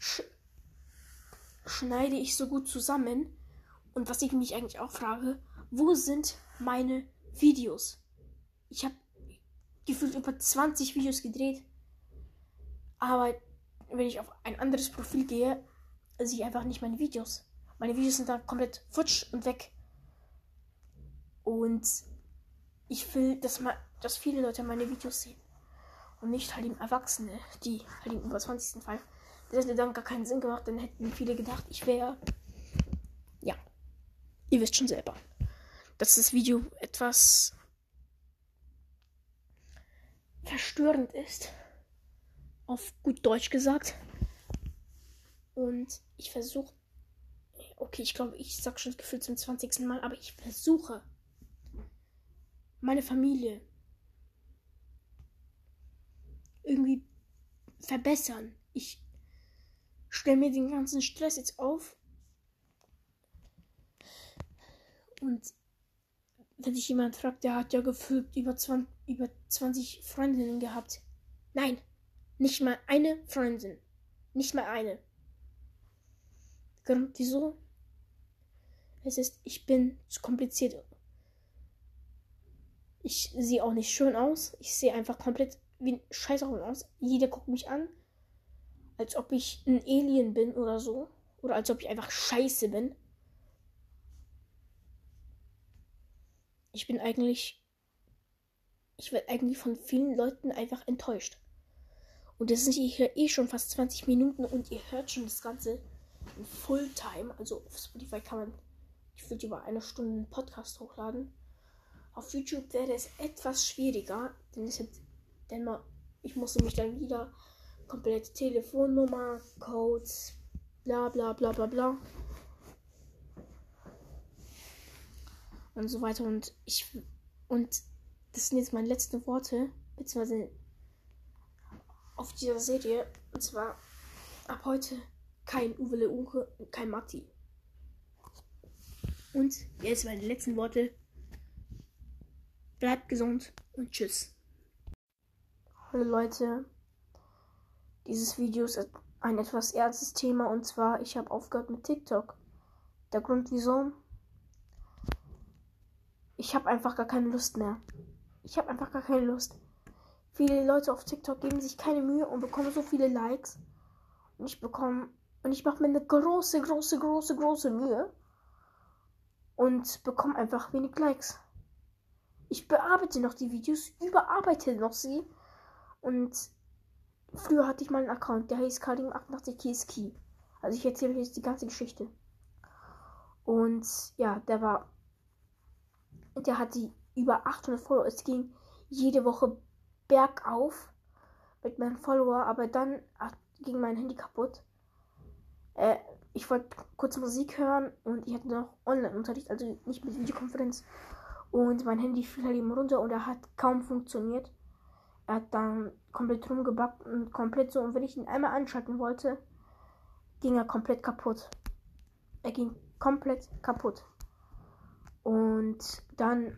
schneide ich so gut zusammen. Und was ich mich eigentlich auch frage, wo sind meine Videos? Ich habe gefühlt über 20 Videos gedreht. Aber wenn ich auf ein anderes Profil gehe, sehe ich einfach nicht meine Videos. Meine Videos sind da komplett futsch und weg. Und ich will, dass viele Leute meine Videos sehen. Und nicht halt eben Erwachsene, die halt eben über 20. Fall. Das hätte dann gar keinen Sinn gemacht, dann hätten viele gedacht, ich wäre... Ja, ihr wisst schon selber, dass das Video etwas verstörend ist. Auf gut Deutsch gesagt. Und ich versuche... Okay, ich glaube, ich sag schon gefühlt zum 20. Mal, aber ich versuche, meine Familie irgendwie verbessern. Ich stelle mir den ganzen Stress jetzt auf. Und wenn sich jemand fragt, der hat ja gefühlt über 20 Freundinnen gehabt. Nein, nicht mal eine Freundin. Nicht mal eine. Grund wieso? Ich bin zu kompliziert. Ich sehe auch nicht schön aus. Ich sehe einfach komplett wie ein Scheißhaufen aus. Jeder guckt mich an, als ob ich ein Alien bin oder so. Oder als ob ich einfach scheiße bin. Ich werde eigentlich von vielen Leuten einfach enttäuscht. Und das sind hier schon fast 20 Minuten und ihr hört schon das Ganze in Fulltime. Also auf Spotify kann man, ich würde über 1 Stunde einen Podcast hochladen. Auf YouTube wäre es etwas schwieriger, denn ich musste mich dann wieder komplett Telefonnummer, Codes, bla bla bla bla bla und so weiter. Und das sind jetzt meine letzten Worte, beziehungsweise auf dieser Serie. Und zwar ab heute kein Uwe Le Uche, kein Matti. Und jetzt meine letzten Worte. Bleibt gesund und tschüss. Hallo Leute. Dieses Video ist ein etwas ernstes Thema und zwar, ich habe aufgehört mit TikTok. Der Grund wieso? Ich habe einfach gar keine Lust mehr. Ich habe einfach gar keine Lust. Viele Leute auf TikTok geben sich keine Mühe und bekommen so viele Likes. Und ich mache mir eine große Mühe und bekomme einfach wenig Likes. Ich bearbeite noch die Videos, überarbeite noch sie. Und früher hatte ich mal einen Account, der hieß Karim88Key. Also ich erzähle jetzt die ganze Geschichte. Und ja, der hatte über 800 Follower. Es ging jede Woche bergauf mit meinen Follower, aber dann ging mein Handy kaputt. Ich wollte kurz Musik hören und ich hatte noch Online-Unterricht, also nicht mit Videokonferenz. Und mein Handy fiel halt eben runter und er hat kaum funktioniert. Er hat dann komplett rumgebackt und komplett so. Und wenn ich ihn einmal anschalten wollte, ging er komplett kaputt. Er ging komplett kaputt. Und dann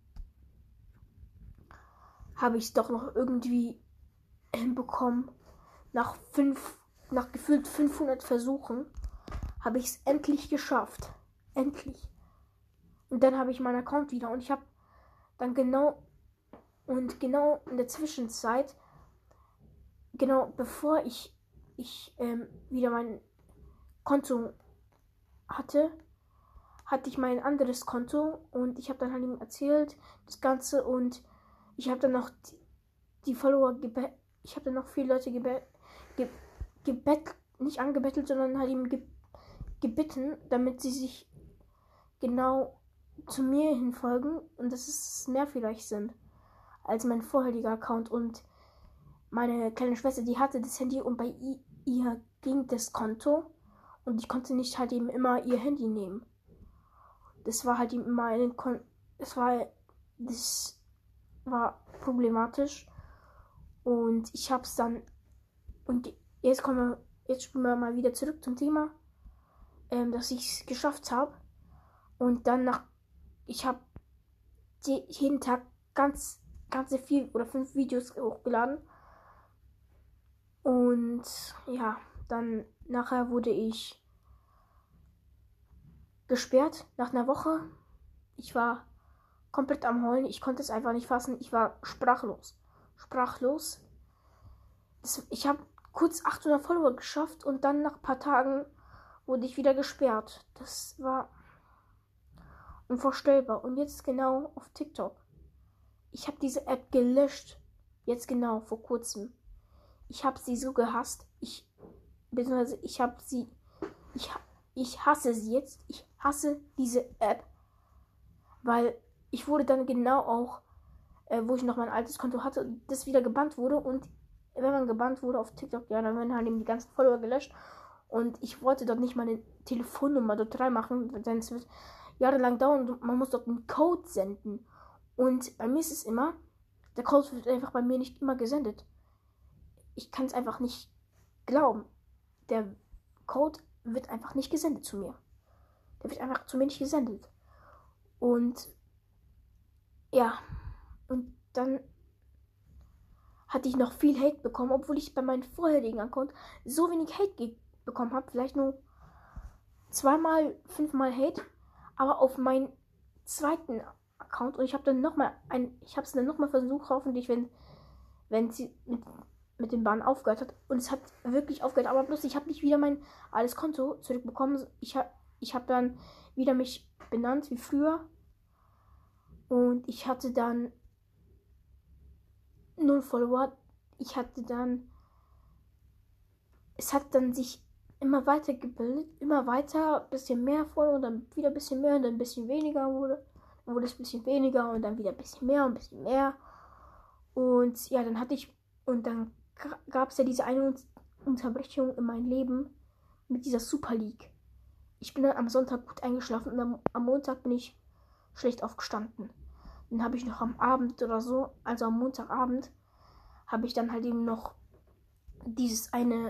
habe ich es doch noch irgendwie hinbekommen. Nach gefühlt 500 Versuchen habe ich es endlich geschafft. Endlich. Und dann habe ich meinen Account wieder und ich habe dann genau in der Zwischenzeit, genau bevor ich wieder mein Konto hatte ich mein anderes Konto und ich habe dann halt ihm erzählt, das Ganze, und ich habe dann noch die Follower ich habe dann noch viele Leute nicht angebettelt, sondern halt ihm gebeten, damit sie sich genau zu mir hinfolgen und dass es mehr vielleicht sind als mein vorheriger Account. Und meine kleine Schwester, die hatte das Handy und bei ihr ging das Konto und ich konnte nicht halt eben immer ihr Handy nehmen. Das war halt eben immer das war problematisch und ich hab's dann und jetzt spielen wir mal wieder zurück zum Thema, dass ich es geschafft habe und dann ich habe jeden Tag ganze 4 oder 5 Videos hochgeladen und ja, dann nachher wurde ich gesperrt nach einer Woche. Ich war komplett am Heulen. Ich konnte es einfach nicht fassen. Ich war sprachlos. Ich habe kurz 800 Follower geschafft und dann nach ein paar Tagen wurde ich wieder gesperrt. Das war unvorstellbar. Und jetzt genau auf TikTok. Ich habe diese App gelöscht. Jetzt genau, vor kurzem. Ich habe sie so gehasst. Ich hasse sie jetzt. Ich hasse diese App. Weil ich wurde dann genau auch, wo ich noch mein altes Konto hatte, das wieder gebannt wurde. Und wenn man gebannt wurde auf TikTok, ja, dann werden halt eben die ganzen Follower gelöscht. Und ich wollte dort nicht meine Telefonnummer dort reinmachen, denn es wird jahrelang dauern und man muss dort einen Code senden. Und bei mir ist es immer, der Code wird einfach bei mir nicht immer gesendet. Ich kann es einfach nicht glauben. Der Code wird einfach nicht gesendet zu mir. Der wird einfach zu mir nicht gesendet. Und ja, und dann hatte ich noch viel Hate bekommen, obwohl ich bei meinem vorherigen Account so wenig Hate bekommen habe. Vielleicht nur 5-mal Hate. Aber auf meinen zweiten Account. Und ich habe dann es dann nochmal versucht, hoffentlich, wenn sie mit dem Bahn aufgehört hat. Und es hat wirklich aufgehört. Aber bloß ich habe nicht wieder mein altes Konto zurückbekommen. Ich habe dann wieder mich benannt wie früher. Und ich hatte dann 0 Follower. Es hat dann sich immer weiter gebildet, immer weiter, bisschen mehr Follower und dann wieder ein bisschen mehr und dann ein bisschen weniger wurde. Dann wurde es ein bisschen weniger und dann wieder ein bisschen mehr und ein bisschen mehr. Und ja, dann gab es ja diese eine Unterbrechung in meinem Leben mit dieser Super League. Ich bin dann am Sonntag gut eingeschlafen und am Montag bin ich schlecht aufgestanden. Dann habe ich noch am Abend oder so, also am Montagabend, habe ich dann halt eben noch diesen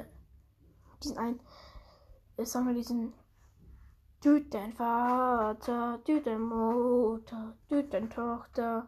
Düt dein Vater, düt dein Mutter, düt dein Tochter,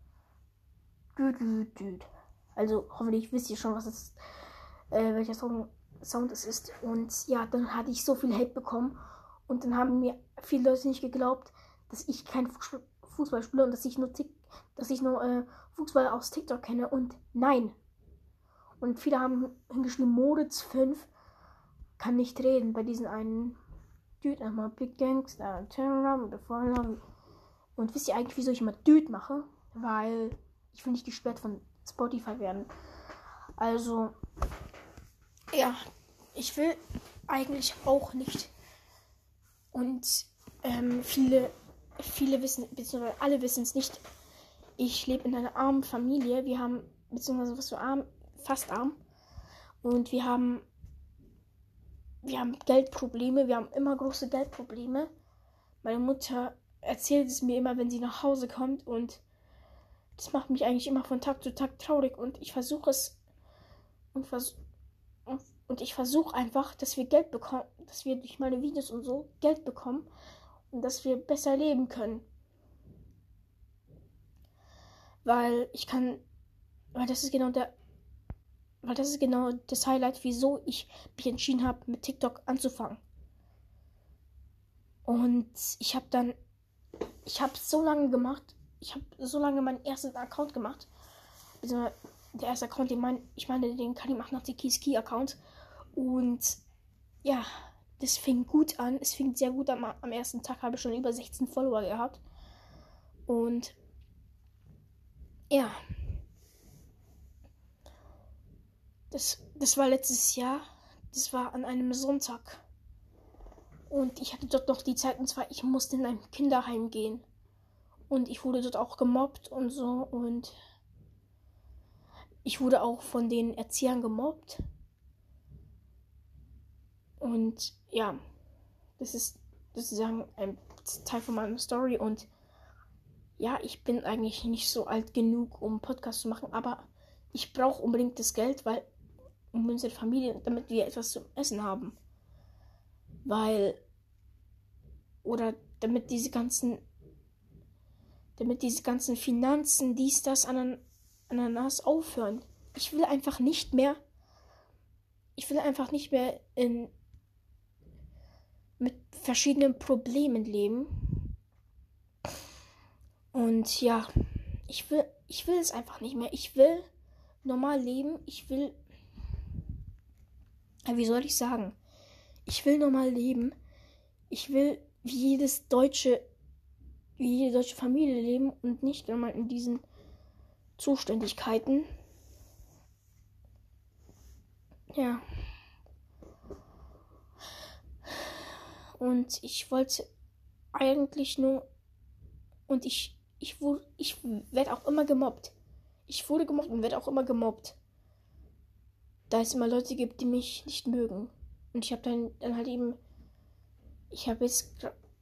düt. Also hoffentlich wisst ihr schon, was es ist, welcher Sound es ist. Und ja, dann hatte ich so viel Hate bekommen und dann haben mir viele Leute nicht geglaubt, dass ich kein Fußball spiele und dass ich nur Fußball aus TikTok kenne. Und nein. Und viele haben hingeschrieben, Moritz 5 kann nicht reden bei diesen einen Dude, einmal Big Gangster, Turn around before long. Und wisst ihr eigentlich, wieso ich immer Dude mache? Weil ich will nicht gesperrt von Spotify werden. Also, ja, ich will eigentlich auch nicht. Und viele wissen, beziehungsweise alle wissen es nicht. Ich lebe in einer armen Familie. Wir haben, beziehungsweise was so arm, fast arm. Und wir haben Geldprobleme. Wir haben immer große Geldprobleme. Meine Mutter erzählt es mir immer, wenn sie nach Hause kommt. Und das macht mich eigentlich immer von Tag zu Tag traurig. Und ich versuche es. Und ich versuche einfach, dass wir Geld bekommen. Dass wir durch meine Videos und so Geld bekommen. Und dass wir besser leben können. Weil das ist genau das Highlight, wieso ich mich entschieden habe, mit TikTok anzufangen. Und ich habe so lange meinen ersten Account gemacht. Also der erste Account, den Karim 88 Ski Account. Und ja, das fing gut an. Es fing sehr gut an. Am ersten Tag habe ich schon über 16 Follower gehabt. Und ja. Das war letztes Jahr. Das war an einem Sonntag. Und ich hatte dort noch die Zeit, und zwar, ich musste in ein Kinderheim gehen. Und ich wurde dort auch gemobbt und so. Und ich wurde auch von den Erziehern gemobbt. Und ja, das ist sozusagen ein Teil von meiner Story. Und ja, ich bin eigentlich nicht so alt genug, um einen Podcast zu machen. Aber ich brauche unbedingt das Geld, weil um unsere Familie, damit wir etwas zum Essen haben. Weil, oder damit diese ganzen Finanzen, dies, das, Ananas aufhören. Ich will einfach nicht mehr mit verschiedenen Problemen leben. Und ja, ich will es einfach nicht mehr. Ich will normal leben. Wie soll ich sagen? Ich will normal leben. Ich will wie jede deutsche Familie leben und nicht einmal in diesen Zuständigkeiten. Ja. Und ich wollte eigentlich nur. Und ich werde auch immer gemobbt. Ich wurde gemobbt und werde auch immer gemobbt. Da es immer Leute gibt, die mich nicht mögen. Und ich habe dann halt eben. Ich habe jetzt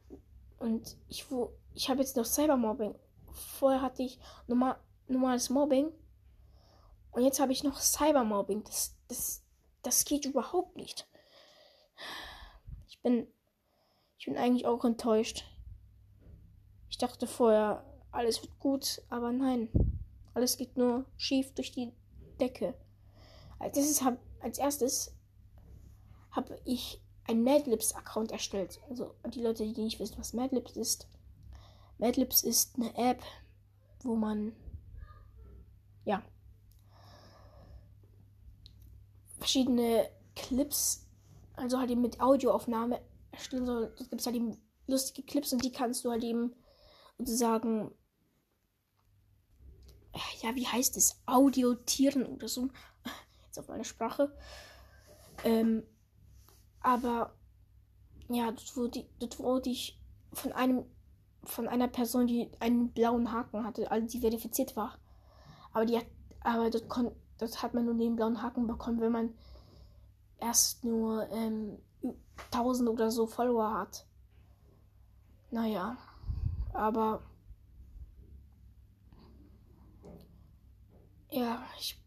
noch Cybermobbing. Vorher hatte ich normales Mobbing. Und jetzt habe ich noch Cybermobbing. Das geht überhaupt nicht. Ich bin eigentlich auch enttäuscht. Ich dachte vorher, alles wird gut, aber nein. Alles geht nur schief durch die Decke. Als erstes habe ich einen Madlibs-Account erstellt. Also die Leute, die nicht wissen, was Madlibs ist. Madlibs ist eine App, wo man verschiedene Clips, also halt eben mit Audioaufnahme erstellen soll. Da gibt es halt eben lustige Clips und die kannst du halt eben sozusagen, ja, wie heißt es? Audiotieren oder so. Jetzt auf meine Sprache. Aber ja, dort wurde ich von einer Person, die einen blauen Haken hatte, also die verifiziert war. Aber dort hat man nur den blauen Haken bekommen, wenn man erst nur 1000 oder so Follower hat. Naja, aber ja,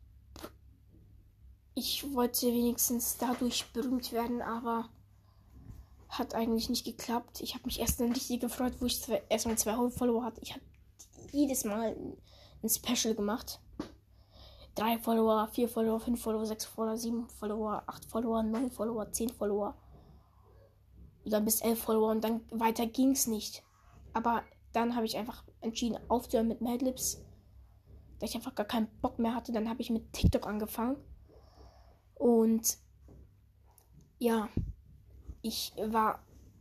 ich wollte wenigstens dadurch berühmt werden, aber hat eigentlich nicht geklappt. Ich habe mich erst dann richtig gefreut, wo ich erstmal 2 Follower hatte. Ich habe jedes Mal ein Special gemacht. 3 Follower, 4 Follower, 5 Follower, 6 Follower, 7 Follower, 8 Follower, 9 Follower, 10 Follower. Und dann bis 11 Follower und dann weiter ging's nicht. Aber dann habe ich einfach entschieden aufzuhören mit Madlibs. Da ich einfach gar keinen Bock mehr hatte, dann habe ich mit TikTok angefangen. Und ja, ich habe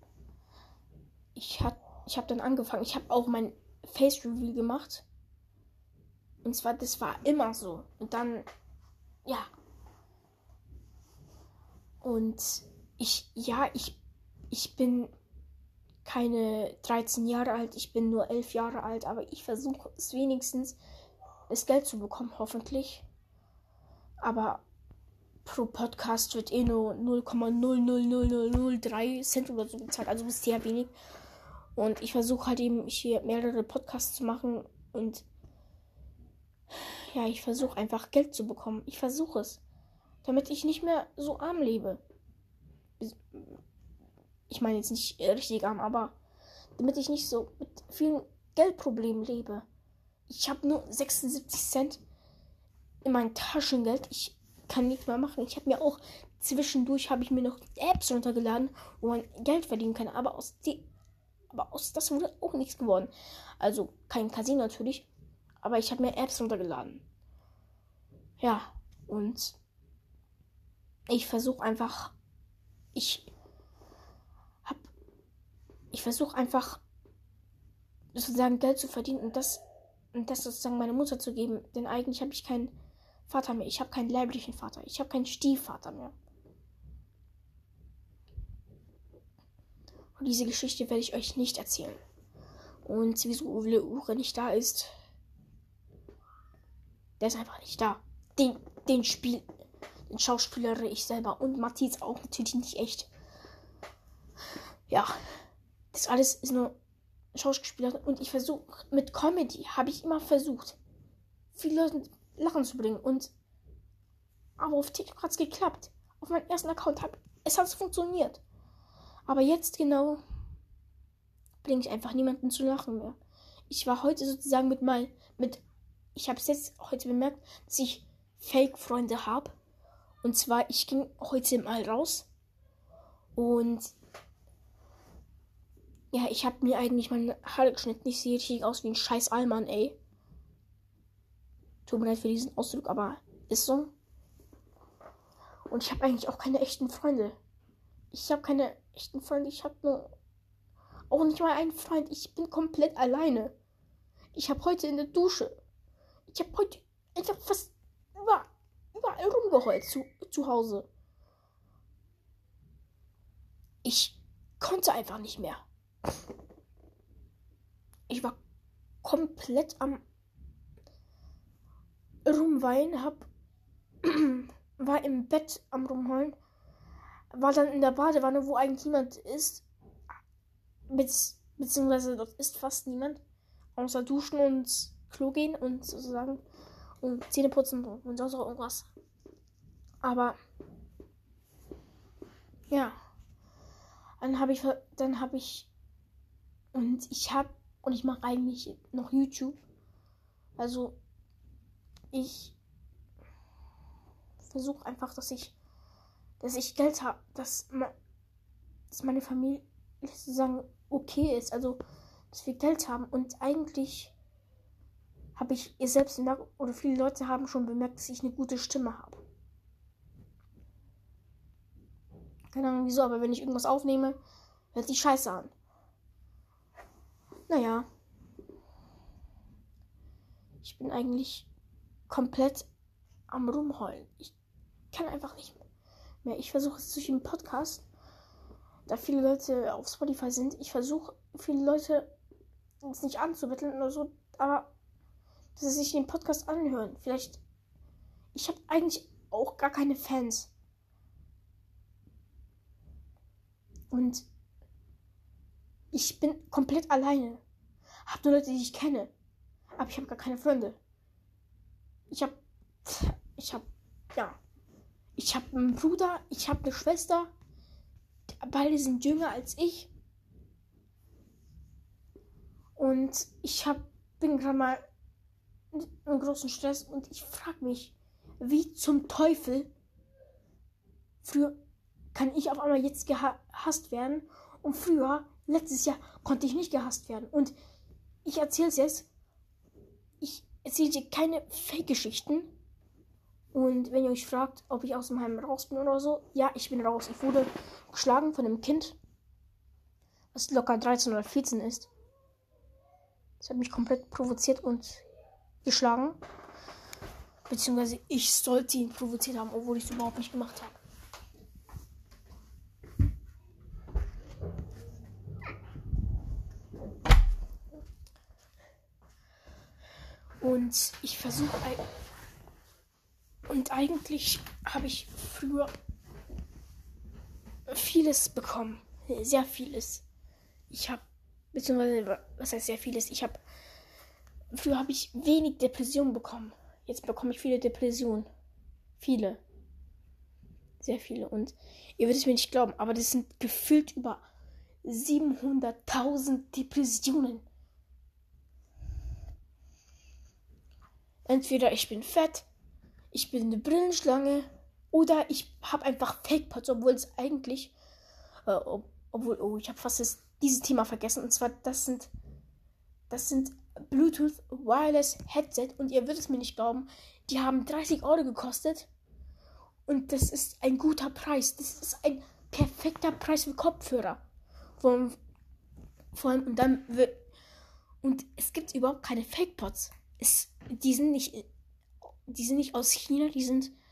dann angefangen, ich habe auch mein Face Reveal gemacht. Und zwar, das war immer so. Und dann, ja. Und ich bin keine 13 Jahre alt, ich bin nur 11 Jahre alt, aber ich versuche es wenigstens, das Geld zu bekommen, hoffentlich. Aber pro Podcast wird nur 0,00003 Cent oder so bezahlt, also ist sehr wenig. Und ich versuche halt eben hier mehrere Podcasts zu machen und ja, ich versuche einfach Geld zu bekommen. Ich versuche es, damit ich nicht mehr so arm lebe. Ich meine jetzt nicht richtig arm, aber damit ich nicht so mit vielen Geldproblemen lebe. Ich habe nur 76 Cent in meinem Taschengeld. Ich kann nichts mehr machen. Ich habe mir auch zwischendurch mir noch Apps runtergeladen, wo man Geld verdienen kann. Aber aus das wurde auch nichts geworden. Also kein Casino natürlich. Aber ich habe mir Apps runtergeladen. Ja, und ich versuche einfach. Ich versuche einfach sozusagen Geld zu verdienen und das sozusagen meiner Mutter zu geben. Denn eigentlich habe ich kein Vater mehr. Ich habe keinen leiblichen Vater. Ich habe keinen Stiefvater mehr. Und diese Geschichte werde ich euch nicht erzählen. Und wieso Ure nicht da ist, der ist einfach nicht da. Den schauspielere ich selber. Und Matthias auch natürlich nicht echt. Ja, das alles ist nur Schauspieler. Und ich versuche, mit Comedy habe ich immer versucht, viele Leute Lachen zu bringen. Aber auf TikTok hat es geklappt. Auf meinem ersten Account hat es funktioniert. Aber jetzt genau bringe ich einfach niemanden zu lachen mehr. Ich war heute sozusagen ich habe es jetzt heute bemerkt, dass ich Fake-Freunde habe. Und zwar, ich ging heute mal raus. Und ja, ich habe mir eigentlich meine Haare geschnitten. Ich sehe richtig aus wie ein scheiß Allmann, ey. Tut mir leid für diesen Ausdruck, aber ist so. Und ich habe eigentlich auch keine echten Freunde. Ich habe keine echten Freunde. Ich habe nur auch nicht mal einen Freund. Ich bin komplett alleine. Ich habe heute in der Dusche. Ich habe heute einfach fast überall rumgeheult zu Hause. Ich konnte einfach nicht mehr. Ich war komplett am Rumweinen, war im Bett am Rumheulen, war dann in der Badewanne, wo eigentlich niemand ist, beziehungsweise dort ist fast niemand, außer Duschen und Klo gehen und sozusagen und Zähne putzen und sonst auch irgendwas. Aber ja, ich mache eigentlich noch YouTube. Also ich versuche einfach, dass ich Geld habe, dass meine Familie sozusagen okay ist, also dass wir Geld haben. Und eigentlich habe ich ihr selbst bemerkt, oder viele Leute haben schon bemerkt, dass ich eine gute Stimme habe. Keine Ahnung wieso, aber wenn ich irgendwas aufnehme, hört sich scheiße an. Naja. Ich bin eigentlich komplett am Rumheulen. Ich kann einfach nicht mehr. Ich versuche es durch den Podcast, da viele Leute auf Spotify sind. Ich versuche, viele Leute uns nicht anzubetteln oder so, aber dass sie sich den Podcast anhören. Vielleicht. Ich habe eigentlich auch gar keine Fans. Und ich bin komplett alleine. Hab nur Leute, die ich kenne. Aber ich habe gar keine Freunde. Ich habe einen Bruder, ich habe eine Schwester. Beide sind jünger als ich. Und bin gerade mal in einem großen Stress und ich frage mich, wie zum Teufel früher kann ich auf einmal jetzt gehasst werden und früher, letztes Jahr, konnte ich nicht gehasst werden. Und ich erzähle es jetzt. Ich erzähle dir keine Fake-Geschichten. Und wenn ihr euch fragt, ob ich aus dem Heim raus bin oder so, ja, ich bin raus. Ich wurde geschlagen von einem Kind, was locker 13 oder 14 ist. Das hat mich komplett provoziert und geschlagen. Beziehungsweise ich sollte ihn provoziert haben, obwohl ich es überhaupt nicht gemacht habe. Und ich versuche. Und eigentlich habe ich früher vieles bekommen. Sehr vieles. Beziehungsweise, was heißt sehr vieles? Früher habe ich wenig Depressionen bekommen. Jetzt bekomme ich viele Depressionen. Viele. Sehr viele. Und ihr würdet es mir nicht glauben, aber das sind gefühlt über 700.000 Depressionen. Entweder ich bin fett, ich bin eine Brillenschlange oder ich habe einfach Fake-Pots, obwohl es eigentlich, ich habe fast dieses Thema vergessen. Und zwar, das sind Bluetooth Wireless Headset und ihr würdet es mir nicht glauben, die haben 30 Euro gekostet und das ist ein guter Preis. Das ist ein perfekter Preis für Kopfhörer. Vor allem und es gibt überhaupt keine Fake-Pots. Die sind nicht die sind nicht aus China, die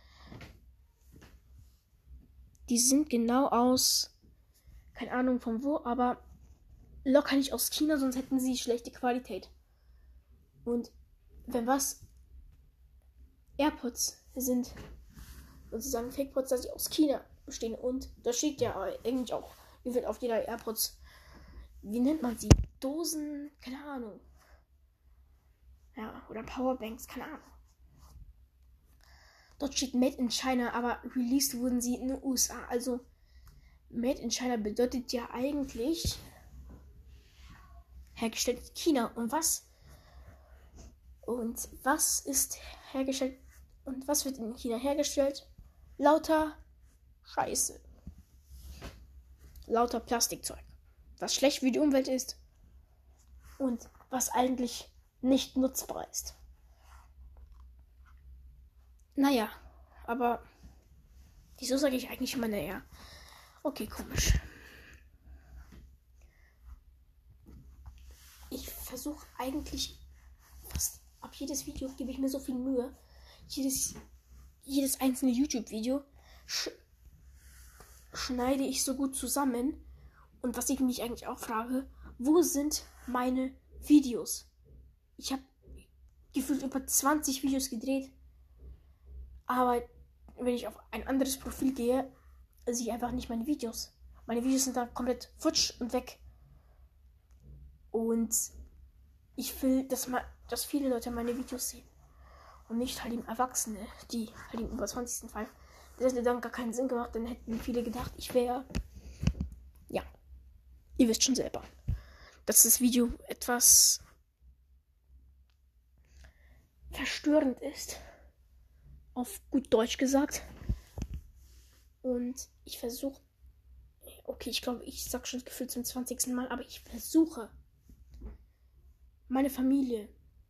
sind genau aus, keine Ahnung von wo, aber locker nicht aus China, sonst hätten sie schlechte Qualität. Und wenn was, AirPods sind sozusagen Fake-Pods, dass sie aus China bestehen. Und da steht ja eigentlich auch, wie wird auf jeder AirPods, wie nennt man sie? Dosen, keine Ahnung. Ja, oder Powerbanks, keine Ahnung. Dort steht Made in China, aber released wurden sie in den USA. Also Made in China bedeutet ja eigentlich hergestellt in China. Und was ist hergestellt und was wird in China hergestellt? Lauter Scheiße. Lauter Plastikzeug. Was schlecht für die Umwelt ist und was eigentlich nicht nutzbar ist. Naja, aber wieso sage ich eigentlich immer naja? Okay, komisch. Ich versuche eigentlich fast ab jedes Video gebe ich mir so viel Mühe. Jedes einzelne YouTube-Video schneide ich so gut zusammen. Und was ich mich eigentlich auch frage, wo sind meine Videos? Ich habe gefühlt über 20 Videos gedreht. Aber wenn ich auf ein anderes Profil gehe, sehe ich einfach nicht meine Videos. Meine Videos sind da komplett futsch und weg. Und ich will, dass viele Leute meine Videos sehen. Und nicht halt eben Erwachsene, die halt eben über 20. Fall. Das hätte dann gar keinen Sinn gemacht, dann hätten viele gedacht, ich wäre... Ja, ihr wisst schon selber, dass das Video etwas verstörend ist. Auf gut Deutsch gesagt. Und ich versuche... Okay, ich glaube, ich sag schon gefühlt zum 20. Mal, aber ich versuche, meine Familie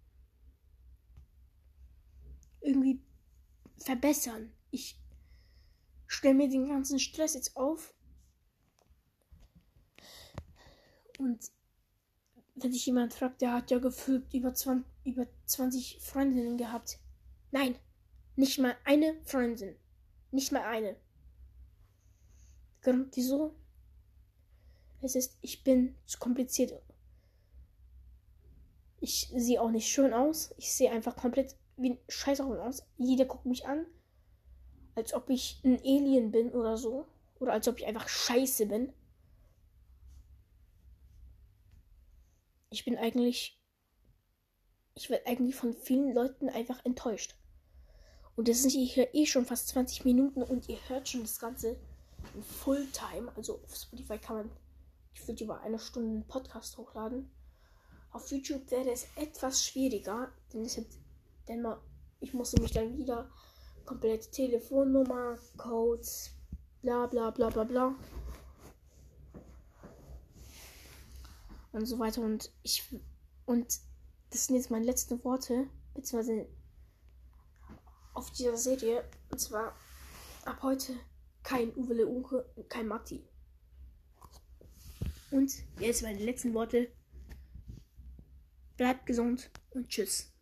irgendwie verbessern. Ich stelle mir den ganzen Stress jetzt auf. Und wenn sich jemand fragt, der hat ja gefühlt über 20 Freundinnen gehabt. Nein, nicht mal eine Freundin. Nicht mal eine. Wieso? Ich bin zu kompliziert. Ich sehe auch nicht schön aus. Ich sehe einfach komplett wie ein Scheißhaufen aus. Jeder guckt mich an, als ob ich ein Alien bin oder so. Oder als ob ich einfach scheiße bin. Ich werde eigentlich von vielen Leuten einfach enttäuscht. Und das sind hier schon fast 20 Minuten und ihr hört schon das Ganze in Fulltime. Also auf Spotify kann man gefühlt über eine Stunde einen Podcast hochladen. Auf YouTube wäre es etwas schwieriger, denn ich musste mich dann wieder komplett Telefonnummer, Codes, bla bla bla bla bla und so weiter. Und das sind jetzt meine letzten Worte, beziehungsweise auf dieser Serie. Und zwar ab heute kein Uwe Leoke und kein Matti. Und jetzt meine letzten Worte. Bleibt gesund und tschüss.